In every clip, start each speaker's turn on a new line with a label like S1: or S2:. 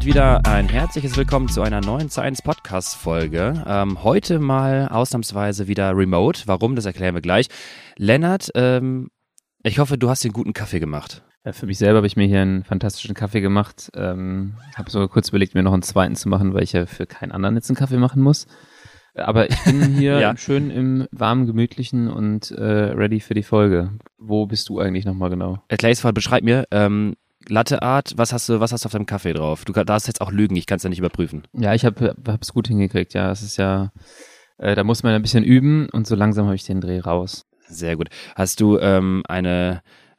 S1: damit wieder ein herzliches Willkommen zu einer neuen Science-Podcast-Folge. Heute mal ausnahmsweise wieder remote. Warum, das erklären wir gleich. Lennart, ich hoffe, du hast den guten Kaffee gemacht.
S2: Für mich selber habe ich mir hier einen fantastischen Kaffee gemacht. Habe sogar kurz überlegt, mir noch einen zweiten zu machen, weil ich ja für keinen anderen jetzt einen Kaffee machen muss. Aber ich bin hier schön im warmen, gemütlichen und ready für die Folge. Wo bist du eigentlich nochmal genau?
S1: Erklär es mal, beschreib mir. Latte Art, was hast du auf deinem Kaffee drauf? Du darfst jetzt auch lügen, ich kann es ja nicht überprüfen.
S2: Ja, ich hab's gut hingekriegt, ja. Es ist ja, da muss man ein bisschen üben und so langsam habe ich den Dreh raus.
S1: Sehr gut. Hast du ein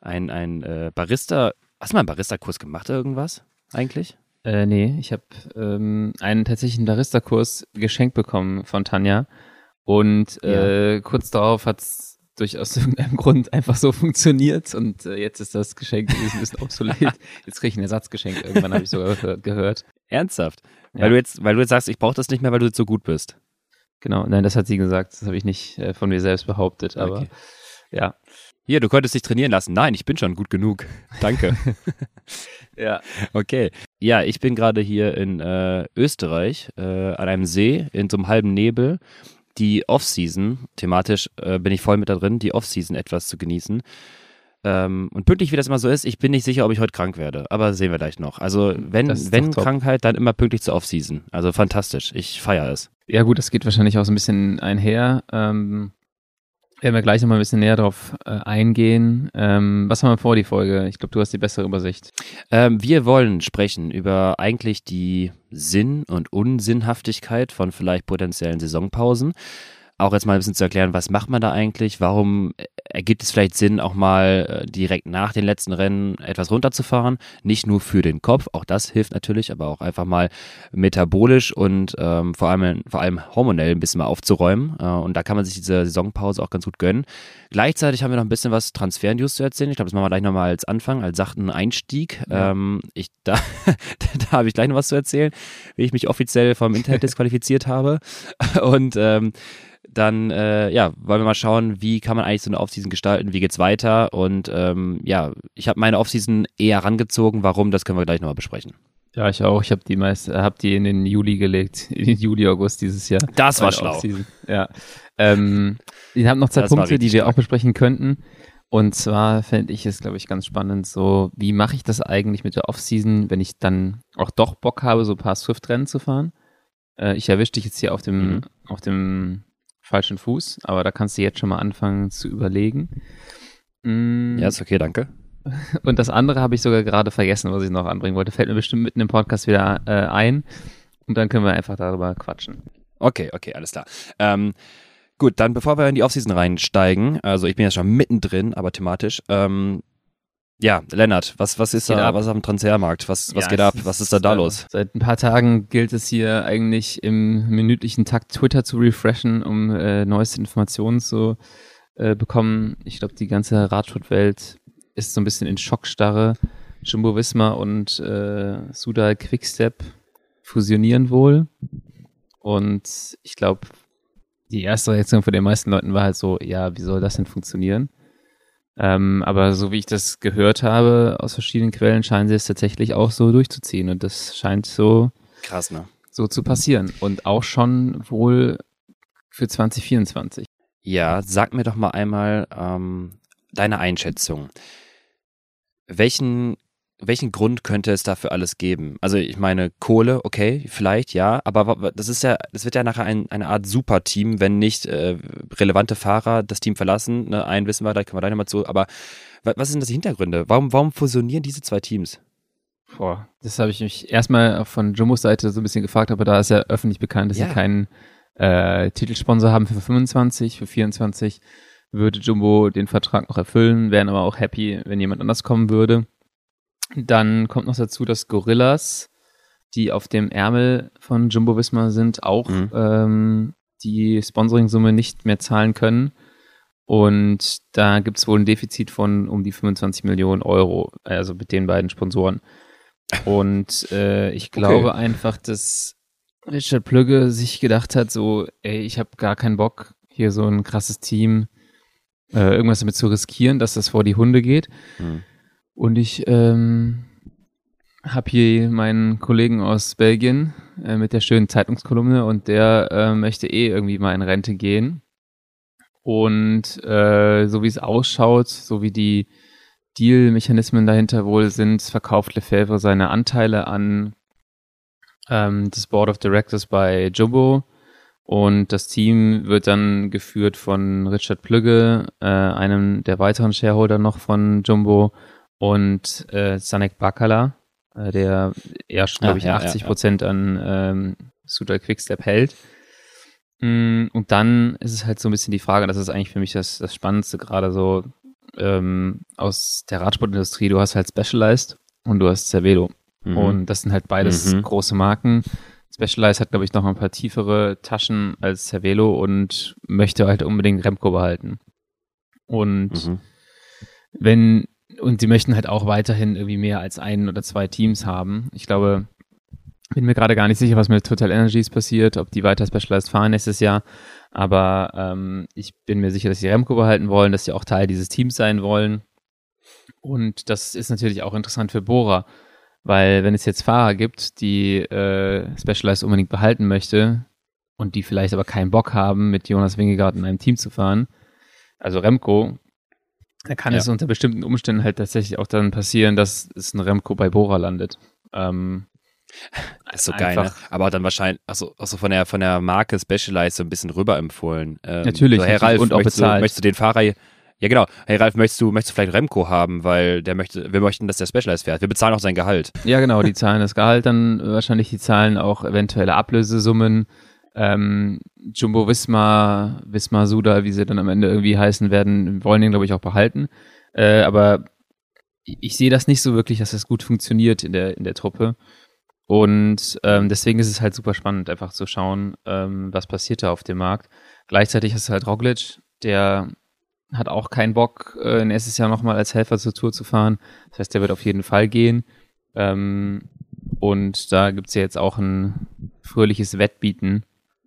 S1: Barista, hast du mal einen Barista-Kurs gemacht oder irgendwas eigentlich?
S2: Nee, ich habe einen tatsächlichen Barista-Kurs geschenkt bekommen von Tanja und kurz darauf hat's aus irgendeinem Grund einfach so funktioniert und jetzt ist das Geschenk ein bisschen obsolet. Jetzt kriege ich ein Ersatzgeschenk. Irgendwann habe ich sogar gehört.
S1: Ernsthaft?
S2: Ja.
S1: Weil du jetzt sagst, ich brauche das nicht mehr, weil du jetzt so gut bist.
S2: Genau, nein, das hat sie gesagt. Das habe ich nicht von mir selbst behauptet, aber
S1: okay.
S2: Ja.
S1: Hier, du könntest dich trainieren lassen. Nein, ich bin schon gut genug. Danke.
S2: Ja.
S1: Okay. Ja, ich bin gerade hier in Österreich an einem See in so einem halben Nebel. Die Off-Season, thematisch bin ich voll mit da drin, die Off-Season etwas zu genießen. Und pünktlich, wie das immer so ist, ich bin nicht sicher, ob ich heute krank werde, aber sehen wir gleich noch. Also wenn Krankheit, dann immer pünktlich zur Off-Season. Also fantastisch, ich feiere es.
S2: Ja gut, das geht wahrscheinlich auch so ein bisschen einher. Werden wir gleich nochmal ein bisschen näher drauf eingehen. Was haben wir vor, die Folge? Ich glaube, du hast die bessere Übersicht.
S1: Wir wollen sprechen über eigentlich die Sinn- und Unsinnhaftigkeit von vielleicht potenziellen Saisonpausen. Auch jetzt mal ein bisschen zu erklären, was macht man da eigentlich? Warum ergibt es vielleicht Sinn, auch mal direkt nach den letzten Rennen etwas runterzufahren? Nicht nur für den Kopf, auch das hilft natürlich, aber auch einfach mal metabolisch und vor allem hormonell ein bisschen mal aufzuräumen. Und da kann man sich diese Saisonpause auch ganz gut gönnen. Gleichzeitig haben wir noch ein bisschen was Transfer-News zu erzählen. Ich glaube, das machen wir gleich nochmal als Anfang, als sachten Einstieg.
S2: Ja.
S1: Da habe ich gleich noch was zu erzählen, wie ich mich offiziell vom Internet disqualifiziert habe. Und dann wollen wir mal schauen, wie kann man eigentlich so eine Offseason gestalten, wie geht's weiter und ich habe meine Offseason eher rangezogen, warum, das können wir gleich nochmal besprechen.
S2: Ja, ich auch, ich habe die in den Juli gelegt, in den Juli, August dieses Jahr.
S1: Das war schlau.
S2: Ja. Ich habe noch zwei Punkte, die wir auch besprechen könnten und zwar fände ich es, glaube ich, ganz spannend, so wie mache ich das eigentlich mit der Offseason, wenn ich dann auch doch Bock habe, so ein paar Swift-Rennen zu fahren. Ich erwische dich jetzt hier auf dem falschen Fuß, aber da kannst du jetzt schon mal anfangen zu überlegen.
S1: Ja, ist okay, danke.
S2: Und das andere habe ich sogar gerade vergessen, was ich noch anbringen wollte. Fällt mir bestimmt mitten im Podcast wieder ein und dann können wir einfach darüber quatschen.
S1: Okay, alles klar. Gut, dann bevor wir in die Offseason reinsteigen, also ich bin ja schon mittendrin, aber thematisch, Lennart, was ist da, was ist auf dem Transfermarkt? Was geht ab? Was ist da los?
S2: Seit ein paar Tagen gilt es hier eigentlich im minütlichen Takt Twitter zu refreshen, um neueste Informationen zu bekommen. Ich glaube, die ganze Radsportwelt ist so ein bisschen in Schockstarre. Jumbo-Visma und Soudal Quickstep fusionieren wohl. Und ich glaube, die erste Reaktion von den meisten Leuten war halt so, ja, wie soll das denn funktionieren? Aber so wie ich das gehört habe aus verschiedenen Quellen, scheinen sie es tatsächlich auch so durchzuziehen und das scheint so
S1: krass, ne?
S2: So zu passieren und auch schon wohl für 2024.
S1: Ja, sag mir doch mal einmal deine Einschätzung. Welchen Grund könnte es dafür alles geben? Also ich meine, Kohle, okay, vielleicht, ja, aber das wird ja nachher eine Art Superteam, wenn nicht relevante Fahrer das Team verlassen. Ne? Einen wissen wir, da können wir gleich nochmal zu, aber was sind das die Hintergründe? Warum fusionieren diese zwei Teams?
S2: Das habe ich mich erstmal von Jumbos Seite so ein bisschen gefragt, aber da ist ja öffentlich bekannt, dass sie keinen Titelsponsor haben für 25, für 24 würde Jumbo den Vertrag noch erfüllen, wären aber auch happy, wenn jemand anders kommen würde. Dann kommt noch dazu, dass Gorillas, die auf dem Ärmel von Jumbo-Visma sind, auch die Sponsoring-Summe nicht mehr zahlen können. Und da gibt es wohl ein Defizit von um die 25 Millionen Euro, also mit den beiden Sponsoren. Und ich glaube einfach, dass Richard Plugge sich gedacht hat, so, ich habe gar keinen Bock, hier so ein krasses Team irgendwas damit zu riskieren, dass das vor die Hunde geht. Und ich habe hier meinen Kollegen aus Belgien mit der schönen Zeitungskolumne und der möchte irgendwie mal in Rente gehen. Und so wie es ausschaut, so wie die Deal-Mechanismen dahinter wohl sind, verkauft Lefebvre seine Anteile an das Board of Directors bei Jumbo. Und das Team wird dann geführt von Richard Plügge, einem der weiteren Shareholder noch von Jumbo, und Zanek Bakala, der eher schon, glaube ich, 80% an Suda Quickstep hält. Und dann ist es halt so ein bisschen die Frage, das ist eigentlich für mich das Spannendste gerade so aus der Radsportindustrie. Du hast halt Specialized und du hast Cervelo. Und das sind halt beides große Marken. Specialized hat, glaube ich, noch ein paar tiefere Taschen als Cervelo und möchte halt unbedingt Remco behalten. Und und sie möchten halt auch weiterhin irgendwie mehr als 1 oder 2 Teams haben. Ich glaube, bin mir gerade gar nicht sicher, was mit Total Energies passiert, ob die weiter Specialized fahren nächstes Jahr. Aber ich bin mir sicher, dass sie Remco behalten wollen, dass sie auch Teil dieses Teams sein wollen. Und das ist natürlich auch interessant für Bora, weil wenn es jetzt Fahrer gibt, die Specialized unbedingt behalten möchte und die vielleicht aber keinen Bock haben, mit Jonas Vingegaard in einem Team zu fahren, also Remco, da kann es unter bestimmten Umständen halt tatsächlich auch dann passieren, dass es ein Remco bei Bora landet.
S1: Das ist so geil, ne? Aber dann wahrscheinlich, also von der Marke Specialized so ein bisschen rüber empfohlen.
S2: Natürlich,
S1: so, hey Ralf,
S2: und auch bezahlt.
S1: Möchtest du den Fahrer, ja genau, hey Ralf, möchtest du vielleicht Remco haben, weil wir möchten, dass der Specialized fährt. Wir bezahlen auch sein Gehalt.
S2: Ja genau, die zahlen das Gehalt dann wahrscheinlich, die zahlen auch eventuelle Ablösesummen. Jumbo Visma Suda, wie sie dann am Ende irgendwie heißen werden, wollen den, glaube ich, auch behalten. Aber ich sehe das nicht so wirklich, dass das gut funktioniert in der Truppe. Und deswegen ist es halt super spannend, einfach zu schauen, was passiert da auf dem Markt. Gleichzeitig hast du halt Roglic, der hat auch keinen Bock, nächstes Jahr nochmal als Helfer zur Tour zu fahren. Das heißt, der wird auf jeden Fall gehen. Und da gibt's ja jetzt auch ein fröhliches Wettbieten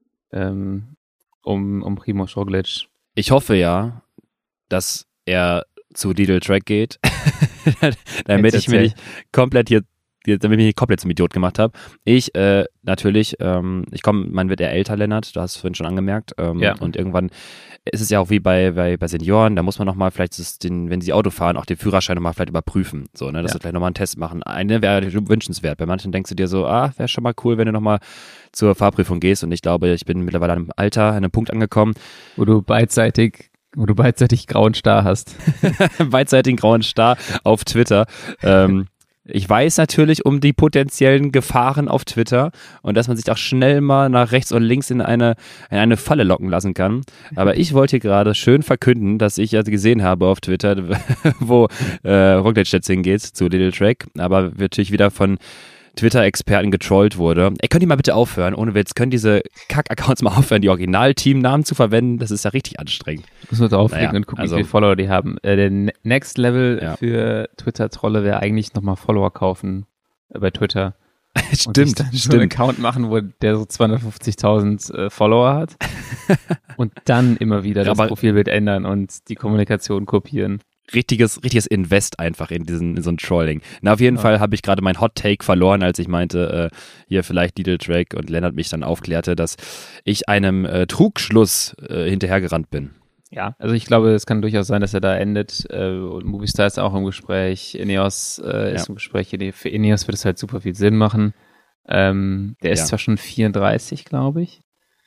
S2: um Primož Roglic.
S1: Ich hoffe ja, dass er zu Lidl Track geht, damit ich mich nicht komplett zum Idiot gemacht habe. Ich natürlich, man wird eher älter, Lennart, du hast es vorhin schon angemerkt. Und irgendwann ist es ja auch wie bei Senioren, da muss man nochmal vielleicht, wenn sie Auto fahren, auch den Führerschein nochmal vielleicht überprüfen. So, ne, dass wir vielleicht nochmal einen Test machen. Eine wäre wünschenswert. Bei manchen denkst du dir so, wäre schon mal cool, wenn du nochmal zur Fahrprüfung gehst. Und ich glaube, ich bin mittlerweile an einem Punkt angekommen,
S2: wo du beidseitig grauen Star hast.
S1: Beidseitigen grauen Star auf Twitter. Ich weiß natürlich um die potenziellen Gefahren auf Twitter und dass man sich auch schnell mal nach rechts und links in eine Falle locken lassen kann. Aber ich wollte hier gerade schön verkünden, dass ich ja gesehen habe auf Twitter, wo Roglic jetzt hingeht zu Lidl Track, aber natürlich wieder von Twitter-Experten getrollt wurde. Ey, könnt ihr mal bitte aufhören? Ohne Witz, können diese Kack-Accounts mal aufhören, die Original-Team-Namen zu verwenden? Das ist ja richtig anstrengend.
S2: Muss man draufklicken und gucken, wie viele Follower die haben. Der Next Level für Twitter-Trolle wäre eigentlich nochmal Follower kaufen bei Twitter.
S1: Stimmt.
S2: So einen Account machen, wo der so 250.000 Follower hat und dann immer wieder das Profilbild ändern und die Kommunikation kopieren.
S1: Richtiges Invest einfach in so ein Trolling. Na, auf jeden Fall habe ich gerade mein Hot Take verloren, als ich meinte, hier vielleicht Lidl Track und Lennart mich dann aufklärte, dass ich einem Trugschluss hinterhergerannt bin.
S2: Ja, also ich glaube, es kann durchaus sein, dass er da endet. Und Movistar ist auch im Gespräch, Ineos ist im Gespräch. Für Ineos wird es halt super viel Sinn machen. Der ist zwar schon 34, glaube ich,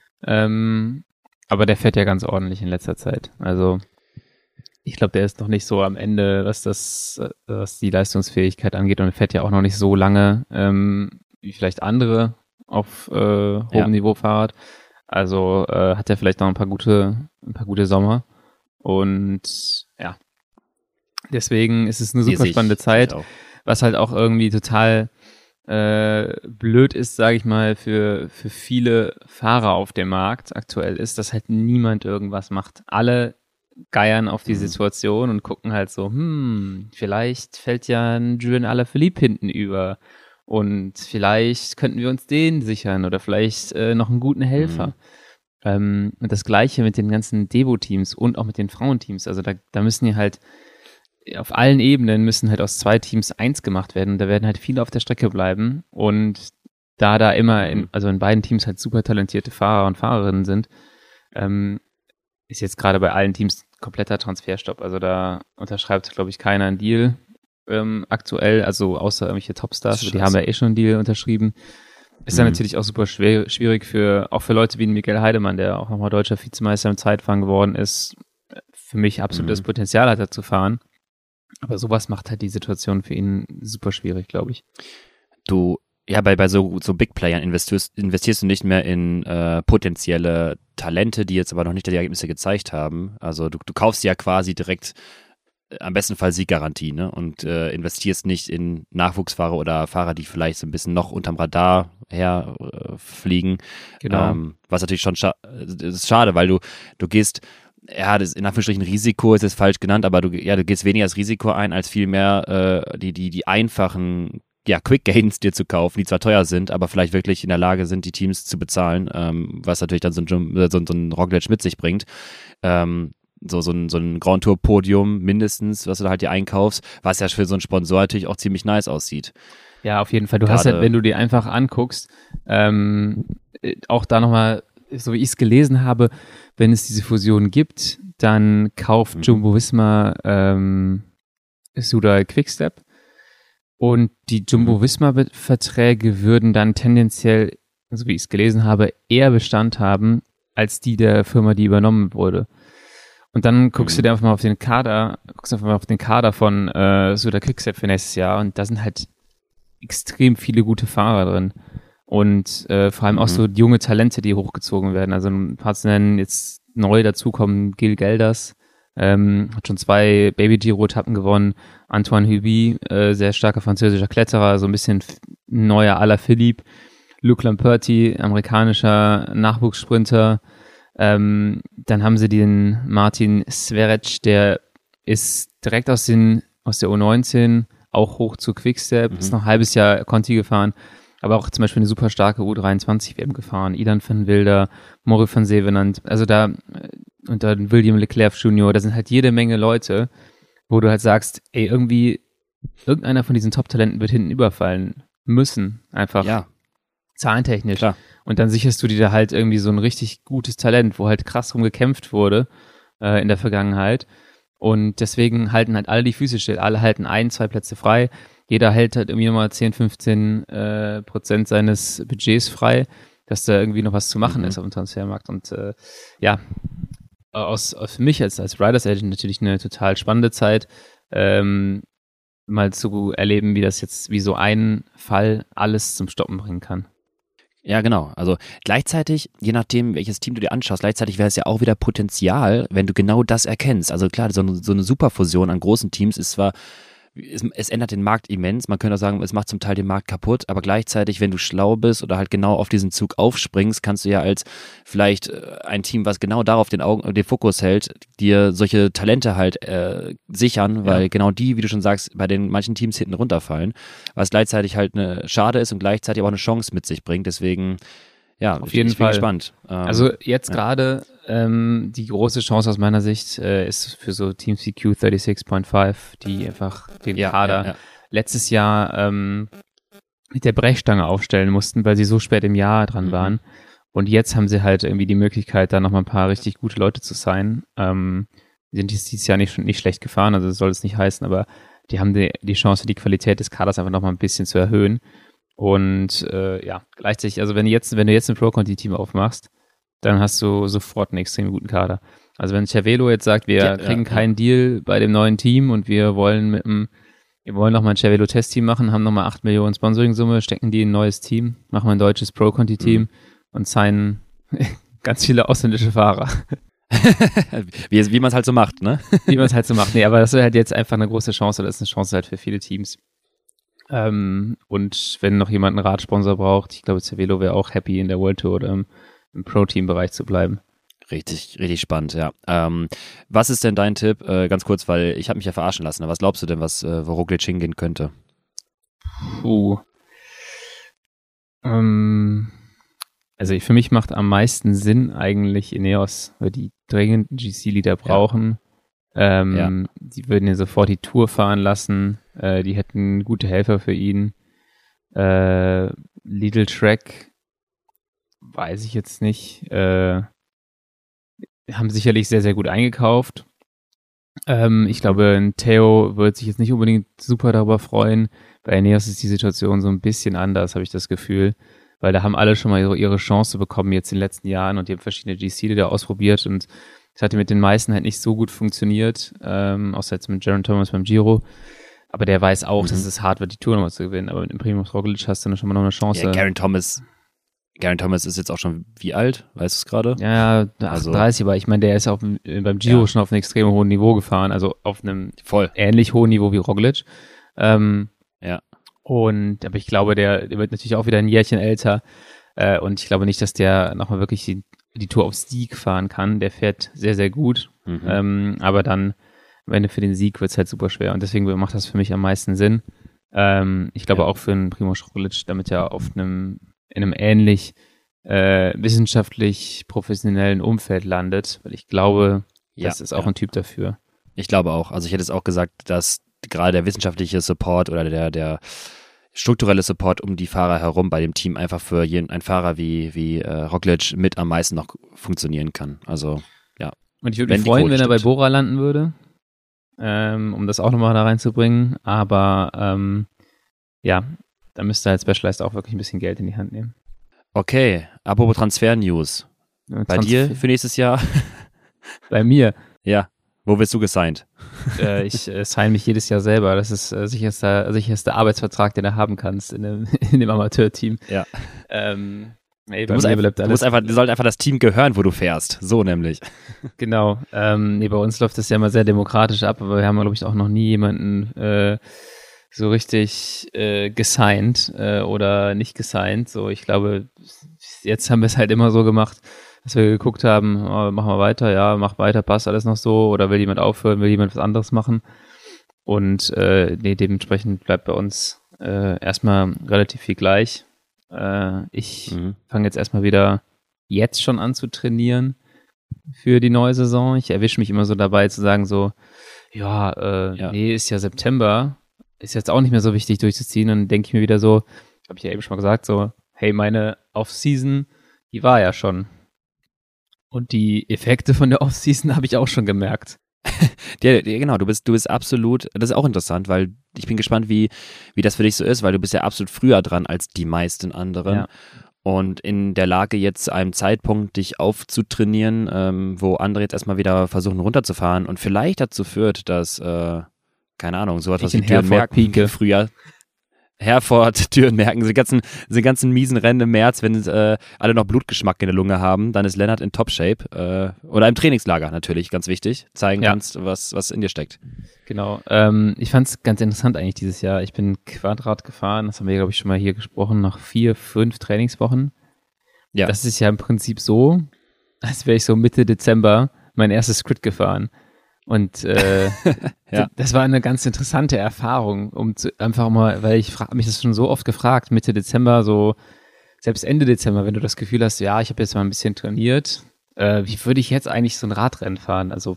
S2: aber der fährt ja ganz ordentlich in letzter Zeit. Also ich glaube, der ist noch nicht so am Ende, was die Leistungsfähigkeit angeht, und fährt ja auch noch nicht so lange wie vielleicht andere auf hohem Niveau Fahrrad. Also hat er vielleicht noch ein paar gute Sommer. Und ja, deswegen ist es eine super spannende Zeit, was halt auch irgendwie total blöd ist, sage ich mal, für viele Fahrer auf dem Markt aktuell ist, dass halt niemand irgendwas macht. Alle geiern auf die Situation und gucken halt so, vielleicht fällt ja ein Julian Alaphilippe hinten über und vielleicht könnten wir uns den sichern oder vielleicht noch einen guten Helfer. Und das Gleiche mit den ganzen Devo-Teams und auch mit den Frauenteams. Also da müssen ja halt auf allen Ebenen müssen halt aus 2 Teams 1 gemacht werden. Da werden halt viele auf der Strecke bleiben und da immer in beiden Teams halt super talentierte Fahrer und Fahrerinnen sind, ist jetzt gerade bei allen Teams kompletter Transferstopp. Also da unterschreibt, glaube ich, keiner einen Deal aktuell, also außer irgendwelche Topstars, aber die haben ja eh schon einen Deal unterschrieben. Ist dann natürlich auch super schwierig auch für Leute wie Michael Heidemann, der auch nochmal deutscher Vizemeister im Zeitfahren geworden ist, für mich absolutes Potenzial hat, da zu fahren. Aber sowas macht halt die Situation für ihn super schwierig, glaube ich.
S1: Bei so Big Playern investierst du nicht mehr in potenzielle Talente, die jetzt aber noch nicht die Ergebnisse gezeigt haben. Also du kaufst ja quasi direkt am besten Fall Sieggarantie, ne? Und investierst nicht in Nachwuchsfahrer oder Fahrer, die vielleicht so ein bisschen noch unterm Radar herfliegen.
S2: Genau.
S1: Was natürlich schon das ist schade, weil du gehst, ja, das ist in Anführungsstrichen Risiko, ist jetzt falsch genannt, aber du gehst weniger das Risiko ein, als vielmehr die einfachen Quick Gains dir zu kaufen, die zwar teuer sind, aber vielleicht wirklich in der Lage sind, die Teams zu bezahlen, was natürlich dann so ein Roglic mit sich bringt. So ein Grand Tour Podium mindestens, was du da halt dir einkaufst, was ja für so einen Sponsor natürlich auch ziemlich nice aussieht.
S2: Ja, auf jeden Fall. Du hast halt, wenn du dir einfach anguckst, auch da nochmal, so wie ich es gelesen habe, wenn es diese Fusion gibt, dann kauft Jumbo-Visma Soudal Quickstep und die Jumbo-Visma-Verträge würden dann tendenziell, so wie ich es gelesen habe, eher Bestand haben, als die der Firma, die übernommen wurde. Und dann guckst du dir einfach mal auf den Kader, von Soudal Quickstep für nächstes Jahr und da sind halt extrem viele gute Fahrer drin. Und vor allem auch so junge Talente, die hochgezogen werden. Also ein paar zu nennen, jetzt neu dazukommen, Gil Gelders, hat schon 2 Baby-Giro-Etappen gewonnen. Antoine Hubie, sehr starker französischer Kletterer, so ein bisschen neuer à la Philippe. Luc Lamperti, amerikanischer Nachwuchssprinter. Dann haben sie den Martin Sverec, der ist direkt aus der U19 auch hoch zu Quickstep, ist noch ein halbes Jahr Conti gefahren, aber auch zum Beispiel eine super starke U23-WM gefahren. Ilan van Wilder, Moritz van Zevenand, also da und dann William Leclerc Junior, da sind halt jede Menge Leute, wo du halt sagst, ey, irgendwie irgendeiner von diesen Top-Talenten wird hinten überfallen müssen, einfach zahlentechnisch.
S1: Klar.
S2: Und dann sicherst du dir da halt irgendwie so ein richtig gutes Talent, wo halt krass drum gekämpft wurde in der Vergangenheit. Und deswegen halten halt alle die Füße still. Alle halten 1, 2 Plätze frei. Jeder hält halt irgendwie nochmal 10, 15% seines Budgets frei, dass da irgendwie noch was zu machen ist auf dem Transfermarkt. Und für mich als Riders Agent natürlich eine total spannende Zeit, mal zu erleben, wie so ein Fall alles zum Stoppen bringen kann.
S1: Ja, genau. Also gleichzeitig, je nachdem, welches Team du dir anschaust, gleichzeitig wäre es ja auch wieder Potenzial, wenn du genau das erkennst. Also klar, so eine Superfusion an großen Teams ist zwar, es ändert den Markt immens, man könnte auch sagen, es macht zum Teil den Markt kaputt, aber gleichzeitig, wenn du schlau bist oder halt genau auf diesen Zug aufspringst, kannst du ja als vielleicht ein Team, was genau darauf den Fokus hält, dir solche Talente halt sichern, weil genau die, wie du schon sagst, bei den manchen Teams hinten runterfallen, was gleichzeitig halt eine Schade ist und gleichzeitig auch eine Chance mit sich bringt, deswegen
S2: auf jeden Fall
S1: gespannt.
S2: Also jetzt gerade die große Chance aus meiner Sicht ist für so Teams wie Q36.5, die einfach den Kader letztes Jahr mit der Brechstange aufstellen mussten, weil sie so spät im Jahr dran waren. Und jetzt haben sie halt irgendwie die Möglichkeit, da nochmal ein paar richtig gute Leute zu sein. Die sind dieses Jahr nicht schlecht gefahren, also das soll es nicht heißen, aber die haben die Chance, die Qualität des Kaders einfach nochmal ein bisschen zu erhöhen. Und gleichzeitig, also wenn du jetzt ein Pro-Conti-Team aufmachst, dann hast du sofort einen extrem guten Kader. Also wenn Cervelo jetzt sagt, wir kriegen keinen Deal bei dem neuen Team und wir wollen nochmal ein Cervelo-Testteam machen, haben nochmal 8 Millionen Sponsoring-Summe, stecken die in ein neues Team, machen wir ein deutsches Pro-Conti-Team und signen ganz viele ausländische Fahrer.
S1: wie man es halt so macht, ne?
S2: Wie man es halt so macht. Nee, aber das ist halt jetzt einfach eine große Chance, das ist eine Chance halt für viele Teams. Und wenn noch jemand einen Radsponsor braucht, ich glaube, Cervelo wäre auch happy, in der World Tour oder im Pro-Team-Bereich zu bleiben.
S1: Richtig, richtig spannend, ja. Was ist denn dein Tipp? Ganz kurz, weil ich habe mich ja verarschen lassen. Was glaubst du denn, wo Roglic hingehen könnte?
S2: Also für mich macht am meisten Sinn eigentlich Ineos, weil die dringend GC-Leader brauchen. Die würden ihn sofort die Tour fahren lassen. Die hätten gute Helfer für ihn. Lidl Track weiß ich jetzt nicht. Haben sicherlich sehr, sehr gut eingekauft. Ich glaube, ein Theo wird sich jetzt nicht unbedingt super darüber freuen. Bei Ineos ist die Situation so ein bisschen anders, habe ich das Gefühl. Weil da haben alle schon mal ihre Chance bekommen jetzt in den letzten Jahren und die haben verschiedene GC da ausprobiert und es hatte mit den meisten halt nicht so gut funktioniert, außer jetzt mit Geraint Thomas beim Giro. Aber der weiß auch, dass es hart wird, die Tour nochmal zu gewinnen. Aber mit dem Primož Roglič hast du dann schon mal noch eine Chance.
S1: Ja, Geraint Thomas ist jetzt auch schon wie alt? Weißt du es gerade?
S2: Ja, 38, aber ich meine, der ist auch beim Giro schon auf einem extrem hohen Niveau gefahren, also auf einem ähnlich hohen Niveau wie Roglič. Aber ich glaube, der wird natürlich auch wieder ein Jährchen älter. Und ich glaube nicht, dass der nochmal wirklich die Tour auf Sieg fahren kann. Der fährt sehr, sehr gut. Aber dann am Ende für den Sieg wird es halt super schwer. Und deswegen macht das für mich am meisten Sinn. Ich glaube auch für einen Primož Roglič, damit er in einem ähnlich wissenschaftlich professionellen Umfeld landet. Weil ich glaube, das ist auch ein Typ dafür.
S1: Ich glaube auch. Also ich hätte es auch gesagt, dass gerade der wissenschaftliche Support oder der strukturelle Support um die Fahrer herum bei dem Team einfach für einen Fahrer wie Roglič mit am meisten noch funktionieren kann. Also, ja.
S2: Und ich würde mich freuen, wenn er bei Bora landen würde, um das auch nochmal da reinzubringen. Aber da müsste halt Specialized auch wirklich ein bisschen Geld in die Hand nehmen.
S1: Okay, apropos Transfer-News. Bei dir für nächstes Jahr?
S2: Bei mir?
S1: Ja. Wo wirst du gesigned?
S2: Ich sign mich jedes Jahr selber. Das ist sicherste Arbeitsvertrag, den du haben kannst in dem Amateurteam.
S1: Ja.
S2: Du
S1: sollst einfach das Team gehören, wo du fährst. So nämlich.
S2: Genau. Bei uns läuft das ja immer sehr demokratisch ab, aber wir haben, glaube ich, auch noch nie jemanden so richtig gesigned oder nicht gesigned. So, ich glaube, jetzt haben wir es halt immer so gemacht, dass wir geguckt haben, machen wir weiter, ja, mach weiter, passt alles noch so, oder will jemand aufhören, will jemand was anderes machen? Und dementsprechend bleibt bei uns erstmal relativ viel gleich. Ich fange jetzt erstmal wieder jetzt schon an zu trainieren für die neue Saison. Ich erwische mich immer so dabei zu sagen so, nee, ist ja September, ist jetzt auch nicht mehr so wichtig durchzuziehen. Und dann denke ich mir wieder so, habe ich ja eben schon mal gesagt, so, hey, meine Off-Season, die war ja schon. Und die Effekte von der Off-Season habe ich auch schon gemerkt.
S1: Genau, du bist absolut, das ist auch interessant, weil ich bin gespannt, wie das für dich so ist, weil du bist ja absolut früher dran als die meisten anderen. Ja. Und in der Lage, jetzt zu einem Zeitpunkt dich aufzutrainieren, wo andere jetzt erstmal wieder versuchen runterzufahren und vielleicht dazu führt, dass, keine Ahnung, sowas wie Dürrenmerken früher Herford, Dürrenmerken, diese ganzen miesen Rennen im März, wenn alle noch Blutgeschmack in der Lunge haben, dann ist Lennart in Top-Shape. Oder im Trainingslager natürlich, ganz wichtig. Zeigen kannst, was in dir steckt.
S2: Genau. Ich fand es ganz interessant eigentlich dieses Jahr. Ich bin Quadrat gefahren, das haben wir, glaube ich, schon mal hier gesprochen, nach 4-5 Trainingswochen. Ja. Das ist ja im Prinzip so, als wäre ich so Mitte Dezember mein erstes Crit gefahren. Und das war eine ganz interessante Erfahrung, einfach mal, weil ich mich das schon so oft gefragt, Mitte Dezember, so selbst Ende Dezember, wenn du das Gefühl hast, ja, ich habe jetzt mal ein bisschen trainiert, wie würde ich jetzt eigentlich so ein Radrennen fahren? Also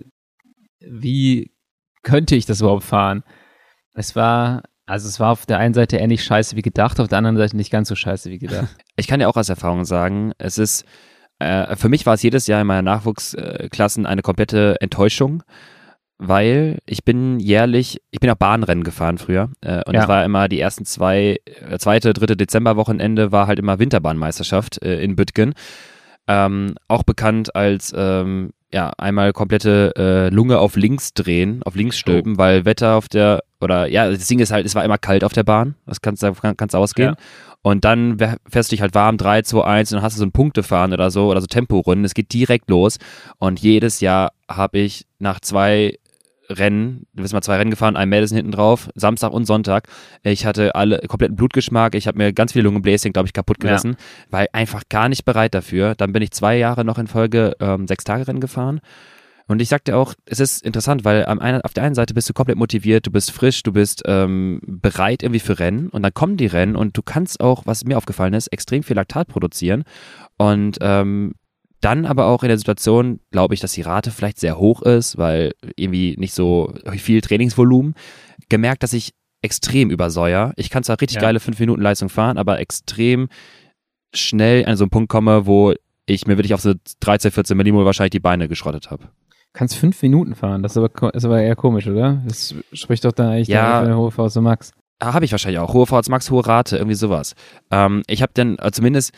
S2: wie könnte ich das überhaupt fahren? Es war auf der einen Seite ähnlich scheiße wie gedacht, auf der anderen Seite nicht ganz so scheiße wie gedacht.
S1: Ich kann ja auch aus Erfahrung sagen, es ist für mich war es jedes Jahr in meinen Nachwuchsklassen eine komplette Enttäuschung, weil ich bin auch Bahnrennen gefahren früher und das war immer die ersten zweite, dritte Dezemberwochenende war halt immer Winterbahnmeisterschaft in Büttgen, auch bekannt als einmal komplette Lunge auf links drehen, auf links stülpen, weil Wetter das Ding ist halt, es war immer kalt auf der Bahn, das kann's ausgehen. Ja. Und dann fährst du dich halt warm, 3, 2, 1 und dann hast du so ein Punktefahren oder so Temporunden. Es geht direkt los. Und jedes Jahr habe ich nach 2 Rennen, du bist mal 2 Rennen gefahren, ein Madison hinten drauf, Samstag und Sonntag. Ich hatte kompletten Blutgeschmack, ich habe mir ganz viele Lungenbläschen, glaube ich, kaputt gerissen, war einfach gar nicht bereit dafür. Dann bin ich 2 Jahre noch in Folge 6-Tage-Rennen gefahren. Und ich sagte auch, es ist interessant, weil auf der einen Seite bist du komplett motiviert, du bist frisch, du bist bereit irgendwie für Rennen und dann kommen die Rennen und du kannst auch, was mir aufgefallen ist, extrem viel Laktat produzieren und dann aber auch in der Situation, glaube ich, dass die Rate vielleicht sehr hoch ist, weil irgendwie nicht so viel Trainingsvolumen, gemerkt, dass ich extrem übersäuer. Ich kann zwar richtig geile 5 Minuten Leistung fahren, aber extrem schnell an so einen Punkt komme, wo ich mir wirklich auf so 13, 14 Millimol wahrscheinlich die Beine geschrottet habe.
S2: Kannst 5 Minuten fahren, das ist aber eher komisch, oder? Das spricht doch dann eigentlich für eine hohe VO2 Max.
S1: Habe ich wahrscheinlich auch. Hohe VO2 Max, hohe Rate, irgendwie sowas. Ich habe dann zumindest,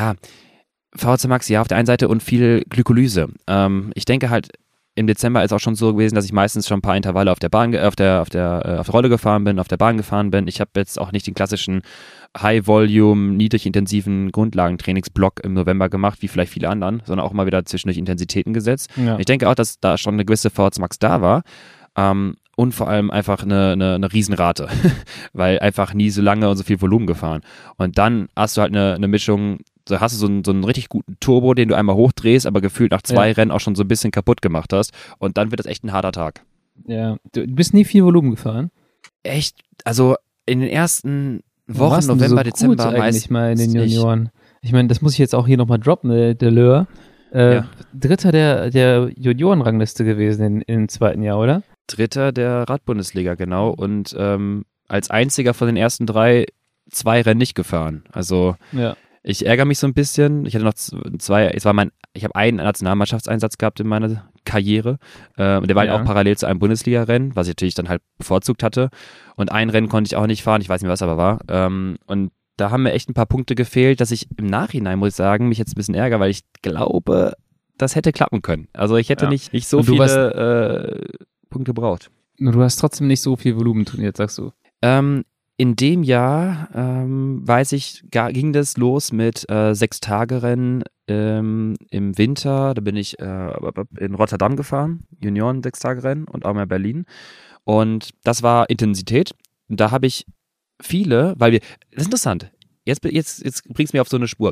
S1: VO2 Max, auf der einen Seite und viel Glykolyse. Ich denke halt, im Dezember ist auch schon so gewesen, dass ich meistens schon ein paar Intervalle auf der Bahn, auf der Rolle gefahren bin, auf der Bahn gefahren bin. Ich habe jetzt auch nicht den klassischen High-Volume, niedrig-intensiven Grundlagentrainingsblock im November gemacht, wie vielleicht viele anderen, sondern auch mal wieder zwischendurch Intensitäten gesetzt. Ja. Ich denke auch, dass da schon eine gewisse VO2 Max da war. Und vor allem einfach eine Riesenrate, weil einfach nie so lange und so viel Volumen gefahren. Und dann hast du halt eine Mischung, so hast du so einen richtig guten Turbo, den du einmal hochdrehst, aber gefühlt nach 2 Rennen auch schon so ein bisschen kaputt gemacht hast. Und dann wird das echt ein harter Tag.
S2: Ja, du bist nie viel Volumen gefahren?
S1: Echt, also in den ersten Wochen, November, so Dezember
S2: meist mal in den Junioren. Ich meine, das muss ich jetzt auch hier nochmal droppen, der Löhr. Dritter der Juniorenrangliste gewesen im 2. Jahr, oder?
S1: Dritter der Radbundesliga, genau. Und als einziger von den ersten 2 Rennen nicht gefahren. Also ich ärgere mich so ein bisschen. Ich hatte noch 2, ich habe einen Nationalmannschaftseinsatz gehabt in meiner Karriere. Der war halt auch parallel zu einem Bundesliga-Rennen, was ich natürlich dann halt bevorzugt hatte. Und ein Rennen konnte ich auch nicht fahren, ich weiß nicht, was aber war. Und da haben mir echt ein paar Punkte gefehlt, dass ich im Nachhinein, muss ich sagen, mich jetzt ein bisschen ärgere, weil ich glaube, das hätte klappen können. Also ich hätte nicht so viele Punkte braucht.
S2: Du hast trotzdem nicht so viel Volumen trainiert, sagst du?
S1: In dem Jahr, weiß ich, ging das los mit 6-Tage-Rennen im Winter. Da bin ich in Rotterdam gefahren, Junioren 6-Tage-Rennen und auch mal Berlin. Und das war Intensität. Und da habe ich viele, das ist interessant. Jetzt bringst du mir auf so eine Spur.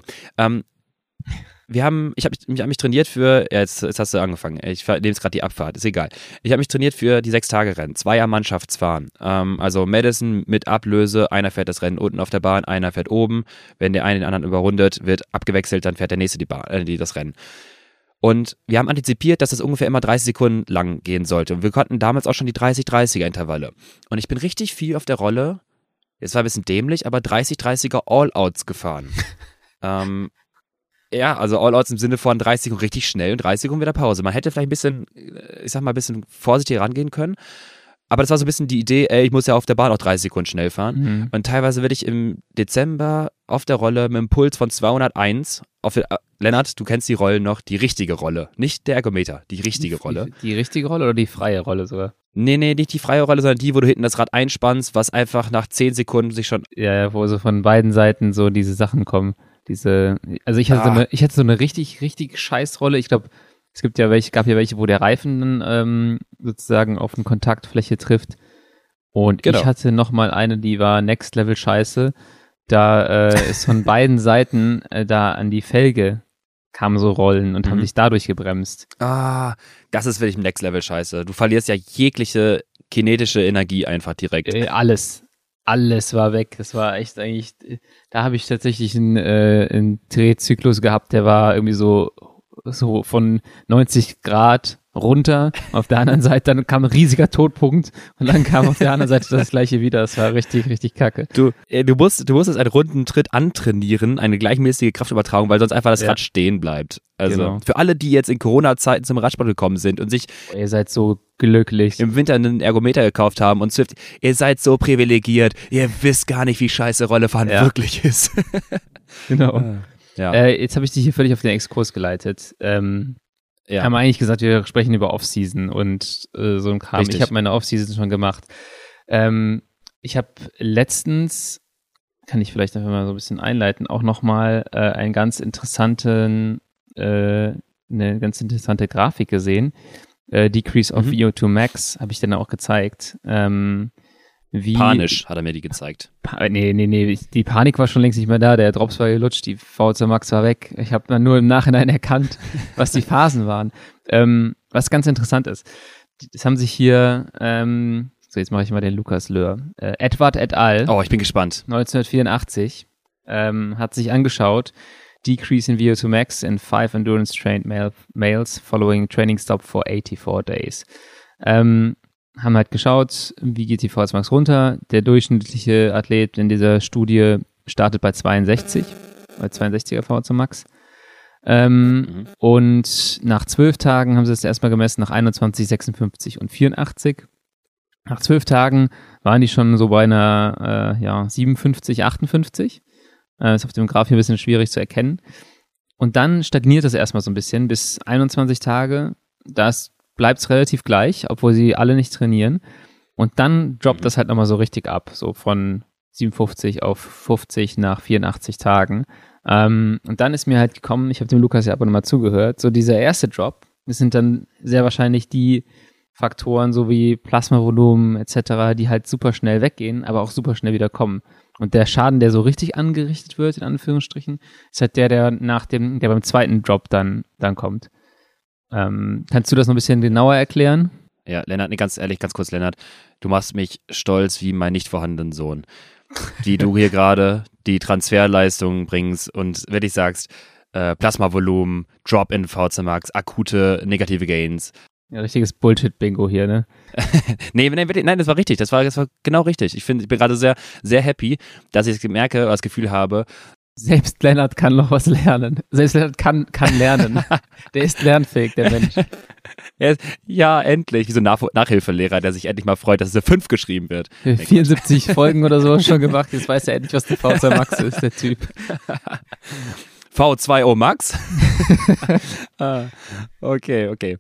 S1: Ich habe mich trainiert für, jetzt hast du angefangen, ich nehme jetzt gerade die Abfahrt, ist egal. Ich habe mich trainiert für die 6-Tage-Rennen, 2er-Mannschaftsfahren. Also Madison mit Ablöse, einer fährt das Rennen unten auf der Bahn, einer fährt oben. Wenn der eine den anderen überrundet, wird abgewechselt, dann fährt der nächste das Rennen. Und wir haben antizipiert, dass es ungefähr immer 30 Sekunden lang gehen sollte. Und wir konnten damals auch schon die 30-30er-Intervalle. Und ich bin richtig viel auf der Rolle, jetzt war ein bisschen dämlich, aber 30-30er All-Outs gefahren. Ja, also All-Outs im Sinne von 30 Sekunden richtig schnell und 30 Sekunden wieder Pause. Man hätte vielleicht ein bisschen vorsichtig rangehen können. Aber das war so ein bisschen die Idee, ich muss ja auf der Bahn auch 30 Sekunden schnell fahren. Mhm. Und teilweise werde ich im Dezember auf der Rolle mit einem Puls von 201 Lennart, du kennst die Rollen noch, die richtige Rolle. Nicht der Ergometer, die richtige Rolle.
S2: Die richtige Rolle oder die freie Rolle sogar?
S1: Nee, nicht die freie Rolle, sondern die, wo du hinten das Rad einspannst, was einfach nach 10 Sekunden sich schon...
S2: Ja, wo so von beiden Seiten so diese Sachen kommen. Ich hatte so eine richtig, richtig Scheißrolle. Ich glaube, gab ja welche, wo der Reifen dann sozusagen auf eine Kontaktfläche trifft. Und ich hatte nochmal eine, die war Next Level Scheiße. Da ist von beiden Seiten da an die Felge kamen so Rollen und haben sich dadurch gebremst.
S1: Das ist wirklich Next Level Scheiße. Du verlierst ja jegliche kinetische Energie einfach direkt.
S2: Alles war weg. Das war echt eigentlich, da habe ich tatsächlich einen Drehzyklus gehabt, der war irgendwie so von 90 Grad runter. Auf der anderen Seite, dann kam ein riesiger Todpunkt und dann kam auf der anderen Seite das gleiche wieder. Das war richtig, richtig kacke.
S1: Du musst jetzt einen runden Tritt antrainieren, eine gleichmäßige Kraftübertragung, weil sonst einfach das Rad stehen bleibt. Also für alle, die jetzt in Corona-Zeiten zum Radsport gekommen sind und sich
S2: ihr seid so glücklich
S1: im Winter einen Ergometer gekauft haben und Swift, ihr seid so privilegiert, ihr wisst gar nicht, wie scheiße Rollefahren wirklich ist.
S2: Genau. Jetzt habe ich dich hier völlig auf den Exkurs geleitet. Haben wir eigentlich gesagt, wir sprechen über Off-Season und so ein Kram. Richtig. Ich habe meine Off-Season schon gemacht. Ich habe letztens, kann ich vielleicht einfach mal so ein bisschen einleiten, auch nochmal eine ganz interessante Grafik gesehen. Decrease of VO2 Max habe ich dann auch gezeigt.
S1: Panisch hat er mir die gezeigt.
S2: Nee, die Panik war schon längst nicht mehr da, der Drops war gelutscht, die VO2 Max war weg. Ich habe dann nur im Nachhinein erkannt, was die Phasen waren. Was ganz interessant ist, das haben sich hier, so jetzt mache ich mal den Lukas Löhr, Edward et al.
S1: Oh, ich bin gespannt.
S2: 1984 hat sich angeschaut, decrease in VO2 max in 5 endurance-trained males following training stop for 84 days. Haben halt geschaut, wie geht die VO2 max runter. Der durchschnittliche Athlet in dieser Studie startet bei 62er VO2 max. Und nach 12 Tagen haben sie es erstmal gemessen, nach 21, 56 und 84. Nach 12 Tagen waren die schon so bei einer 57, 58. Ist auf dem Graph hier ein bisschen schwierig zu erkennen. Und dann stagniert es erstmal so ein bisschen bis 21 Tage. Das bleibt es relativ gleich, obwohl sie alle nicht trainieren. Und dann droppt das halt nochmal so richtig ab, so von 57 auf 50 nach 84 Tagen. Und dann ist mir halt gekommen, ich habe dem Lukas ja ab und mal zugehört, so dieser erste Drop, das sind dann sehr wahrscheinlich die Faktoren, so wie Plasmavolumen etc., die halt super schnell weggehen, aber auch super schnell wieder kommen. Und der Schaden, der so richtig angerichtet wird, in Anführungsstrichen, ist halt der beim zweiten Drop dann kommt. Kannst du das noch ein bisschen genauer erklären?
S1: Ja, Lennart, ganz ehrlich, ganz kurz, Lennart, du machst mich stolz wie mein nicht vorhandenen Sohn, die du hier gerade die Transferleistung bringst und wirklich sagst, Plasmavolumen, Drop in VO2 max, akute negative Gains.
S2: Ja, richtiges Bullshit-Bingo hier, ne?
S1: Nein, das war richtig. Das war genau richtig. Ich bin gerade sehr, sehr happy, dass ich merke, oder das Gefühl habe.
S2: Selbst Lennart kann noch was lernen. Selbst Lennart kann lernen. Der ist lernfähig, der Mensch.
S1: Ja, endlich. Wie so ein Nachhilfelehrer, der sich endlich mal freut, dass es eine 5 geschrieben wird.
S2: 74 Folgen oder so schon gemacht. Jetzt weiß er endlich, was der VO2 Max ist, der Typ.
S1: V2O Max? Okay.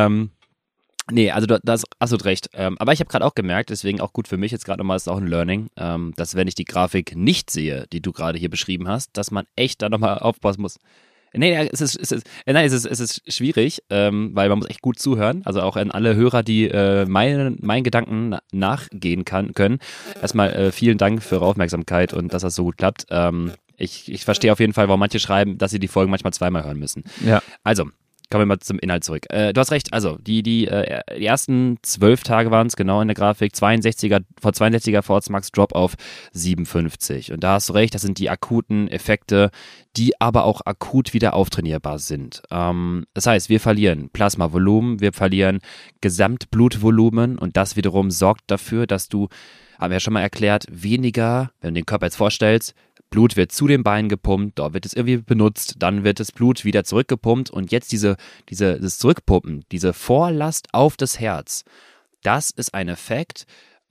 S1: Nee, also du hast absolut recht. Aber ich habe gerade auch gemerkt, deswegen auch gut für mich jetzt gerade nochmal, ist auch ein Learning, dass wenn ich die Grafik nicht sehe, die du gerade hier beschrieben hast, dass man echt da nochmal aufpassen muss. Es ist schwierig, weil man muss echt gut zuhören. Also auch an alle Hörer, die meinen Gedanken nachgehen können. Erstmal vielen Dank für eure Aufmerksamkeit und dass das so gut klappt. Ich verstehe auf jeden Fall, warum manche schreiben, dass sie die Folgen manchmal zweimal hören müssen.
S2: Ja.
S1: Also, kommen wir mal zum Inhalt zurück. Du hast recht, also die ersten 12 Tage waren es genau in der Grafik, 62er VO2 max Drop auf 57. Und da hast du recht, das sind die akuten Effekte, die aber auch akut wieder auftrainierbar sind. Das heißt, wir verlieren Plasmavolumen, wir verlieren Gesamtblutvolumen und das wiederum sorgt dafür, dass du, haben wir ja schon mal erklärt, weniger, wenn du den Körper jetzt vorstellst, Blut wird zu den Beinen gepumpt, dort wird es irgendwie benutzt, dann wird das Blut wieder zurückgepumpt und jetzt das Zurückpumpen, diese Vorlast auf das Herz, das ist ein Effekt,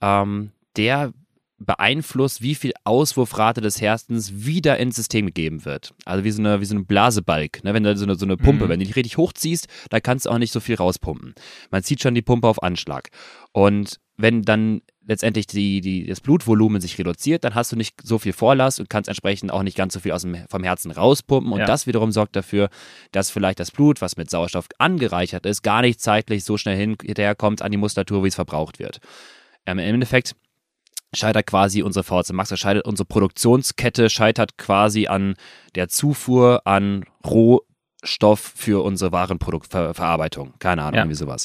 S1: der beeinflusst, wie viel Auswurfrate des Herzens wieder ins System gegeben wird. Also wie so eine Blasebalg, ne? Wenn du so eine Pumpe, wenn du die richtig hochziehst, da kannst du auch nicht so viel rauspumpen. Man zieht schon die Pumpe auf Anschlag. Und wenn dann letztendlich das Blutvolumen sich reduziert, dann hast du nicht so viel Vorlast und kannst entsprechend auch nicht ganz so viel vom Herzen rauspumpen. Und das wiederum sorgt dafür, dass vielleicht das Blut, was mit Sauerstoff angereichert ist, gar nicht zeitlich so schnell hinterherkommt an die Muskulatur, wie es verbraucht wird. Im Endeffekt scheitert quasi unsere VO2 max, unsere Produktionskette scheitert quasi an der Zufuhr an Rohstoff für unsere Warenproduktverarbeitung. Keine Ahnung, irgendwie sowas.